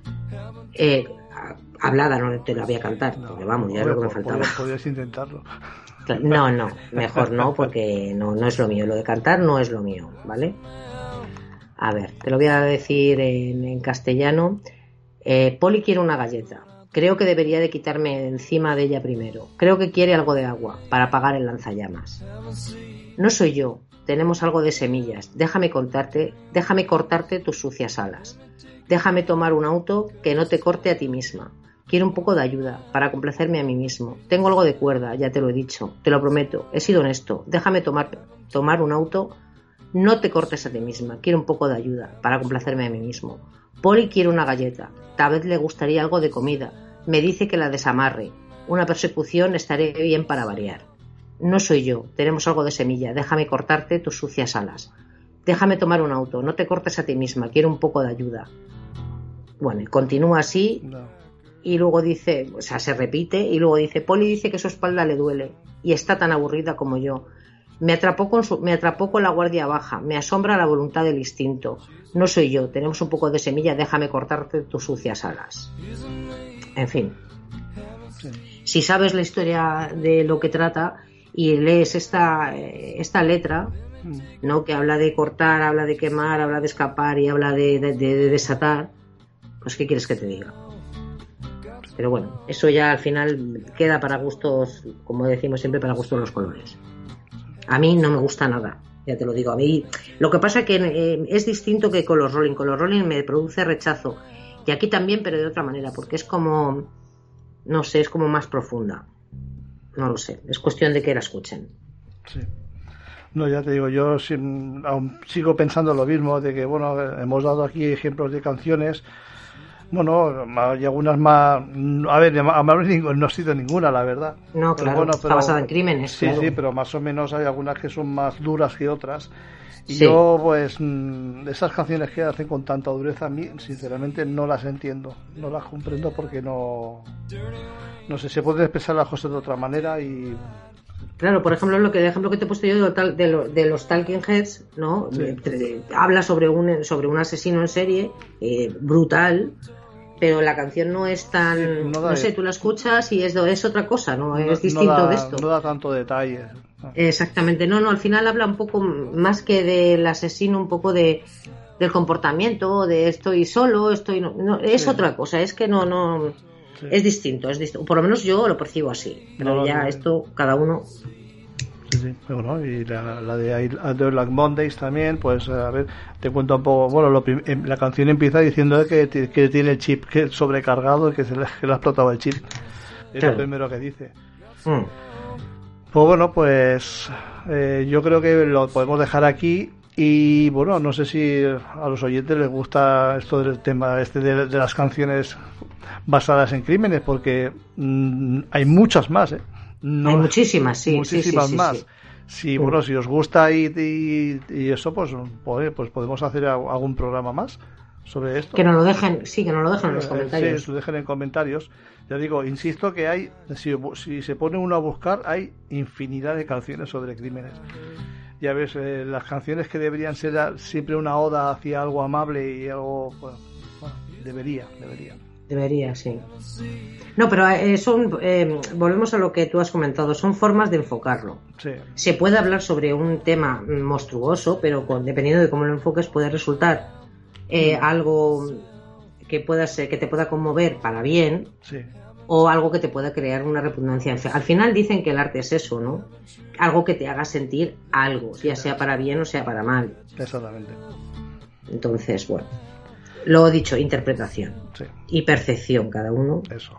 Hablada, no te la voy a cantar, porque vamos, ya es lo que me faltaba. Podrías intentarlo. No, mejor no, porque no es lo mío. Lo de cantar no es lo mío, ¿vale? A ver, te lo voy a decir en castellano. Poli quiere una galleta. Creo que debería de quitarme encima de ella primero. Creo que quiere algo de agua para apagar el lanzallamas. No soy yo. Tenemos algo de semillas. Déjame cortarte tus sucias alas. Déjame tomar un auto que no te corte a ti misma. Quiero un poco de ayuda para complacerme a mí mismo. Tengo algo de cuerda, ya te lo he dicho. Te lo prometo. He sido honesto. Déjame tomar un auto. No te cortes a ti misma. Quiero un poco de ayuda para complacerme a mí mismo. Poli quiere una galleta. Tal vez le gustaría algo de comida. Me dice que la desamarre. Una persecución estaré bien para variar. No soy yo. Tenemos algo de semilla. Déjame cortarte tus sucias alas. Déjame tomar un auto. No te cortes a ti misma. Quiero un poco de ayuda. Bueno, y continúa así. No. Y luego dice, o sea, se repite. Y luego dice, Poli dice que su espalda le duele. Y está tan aburrida como yo. Me atrapó con la guardia baja. Me asombra la voluntad del instinto. No soy yo. Tenemos un poco de semilla. Déjame cortarte tus sucias alas. En fin. Sí. Si sabes la historia de lo que trata y lees esta letra, ¿no? Que habla de cortar, habla de quemar, habla de escapar y habla de desatar, pues ¿qué quieres que te diga? Pero bueno, eso ya al final queda para gustos, como decimos siempre, para gustos los colores. A mí no me gusta nada, ya te lo digo. A mí lo que pasa es que es distinto que con los Rolling. Con los Rolling me produce rechazo. Y aquí también, pero de otra manera, porque es como, no sé, es como más profunda. No lo sé, es cuestión de que la escuchen. Sí. No, ya te digo, yo aún sigo pensando lo mismo, de que, bueno, hemos dado aquí ejemplos de canciones. Bueno, hay algunas más. A ver, no ha sido ninguna, la verdad. No, pero claro, está basada en crímenes. Sí, claro. Sí, pero más o menos hay algunas que son más duras que otras. Y sí. Yo, pues, esas canciones que hacen con tanta dureza, a mí, sinceramente, no las entiendo. No las comprendo porque no sé, se pueden expresar las cosas de otra manera y. Claro, por ejemplo, el ejemplo que te he puesto yo de los Talking Heads, ¿no? Sí. Habla sobre un asesino en serie brutal, pero la canción no es tan, sí, no sé, tú la escuchas y es otra cosa, ¿no? Es distinto de esto. No da tanto detalle. Exactamente, no, al final habla un poco más que del asesino, un poco del comportamiento, de estoy solo, no, es sí. Otra cosa, es que no. Sí. Es distinto, por lo menos yo lo percibo así, pero ya esto cada uno. Sí, bueno, y la de Like Mondays también, pues a ver, te cuento un poco. Bueno, la canción empieza diciendo que tiene el chip sobrecargado y que le ha explotado el chip. Es claro. Lo primero que dice. Pues bueno, pues yo creo que lo podemos dejar aquí. Y bueno, no sé si a los oyentes les gusta esto del tema de las canciones basadas en crímenes, porque hay muchas más, ¿eh? No, hay muchísimas, sí. Muchísimas más. Sí. Bueno, si os gusta y eso, pues podemos hacer algún programa más sobre esto. Que nos lo dejen, en los comentarios. Sí, lo dejen en comentarios. Ya digo, insisto que hay, si se pone uno a buscar, hay infinidad de canciones sobre crímenes. Ya ves, las canciones que deberían ser siempre una oda hacia algo amable y algo, bueno, debería, sí. No, pero volvemos a lo que tú has comentado, son formas de enfocarlo. Sí. Se puede hablar sobre un tema monstruoso, pero dependiendo de cómo lo enfoques puede resultar algo que pueda ser, que te pueda conmover para bien. Sí. o algo que te pueda crear una repugnancia. Al final dicen que el arte es eso, ¿no? Algo que te haga sentir algo, ya sea para bien o sea para mal. Exactamente. Entonces, bueno, lo dicho, interpretación y percepción, cada uno. Eso.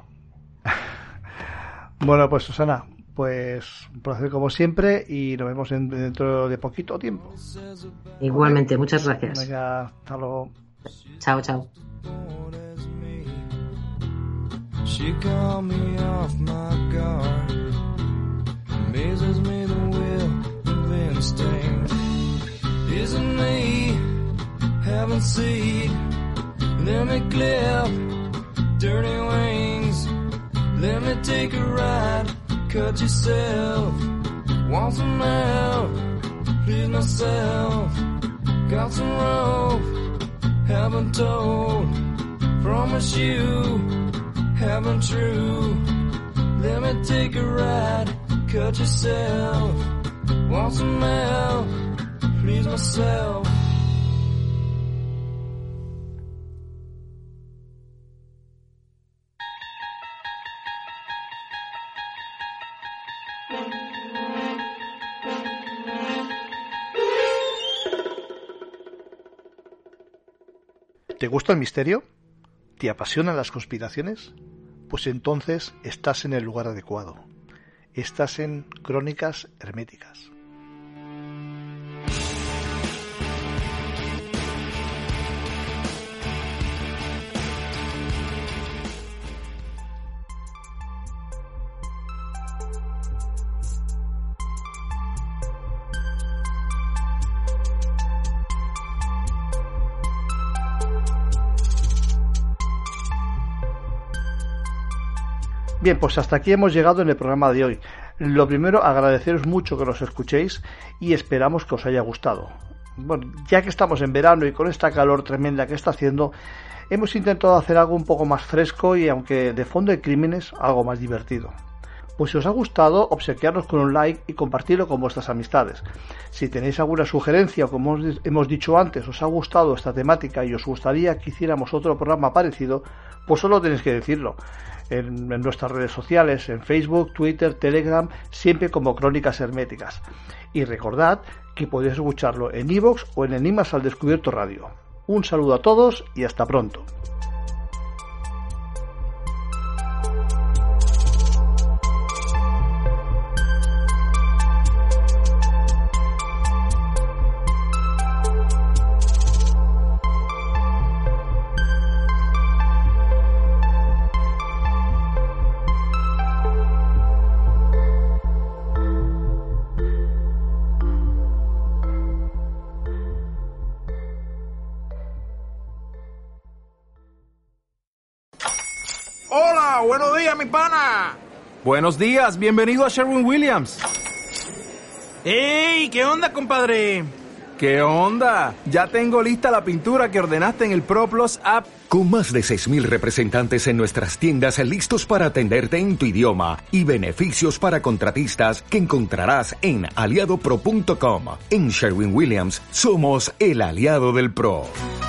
Bueno, pues Susana, pues un placer como siempre y nos vemos dentro de poquito tiempo. Igualmente, muchas gracias. Venga, hasta luego. Chao, chao. She called me off my guard. Amazes me the will of instinct. Isn't me having seed? Let me clip dirty wings. Let me take a ride. Cut yourself. Want some help? Please myself. Got some rope. Haven't told. Promise you. Haven't true. Let me take a ride. Cut yourself. Want some help? Please myself. ¿Te gusta el misterio? ¿Te apasionan las conspiraciones? Pues entonces estás en el lugar adecuado. Estás en Crónicas Herméticas. Bien, pues hasta aquí hemos llegado en el programa de hoy. Lo primero, agradeceros mucho que nos escuchéis y esperamos que os haya gustado. Bueno, ya que estamos en verano y con esta calor tremenda que está haciendo, hemos intentado hacer algo un poco más fresco y, aunque de fondo de crímenes, algo más divertido. Pues si os ha gustado, obsequiarnos con un like y compartirlo con vuestras amistades. Si tenéis alguna sugerencia o, como hemos dicho antes, os ha gustado esta temática y os gustaría que hiciéramos otro programa parecido, pues solo tenéis que decirlo. En nuestras redes sociales, en Facebook, Twitter, Telegram, siempre como Crónicas Herméticas. Y recordad que podéis escucharlo en iVoox o en Enigmas al Descubierto Radio. Un saludo a todos y hasta pronto. Hola, buenos días, mi pana. Buenos días, bienvenido a Sherwin-Williams. ¡Ey! ¿Qué onda, compadre? ¿Qué onda? Ya tengo lista la pintura que ordenaste en el ProPlus app. Con más de 6,000 representantes en nuestras tiendas listos para atenderte en tu idioma y beneficios para contratistas que encontrarás en aliadopro.com. En Sherwin-Williams somos el aliado del pro.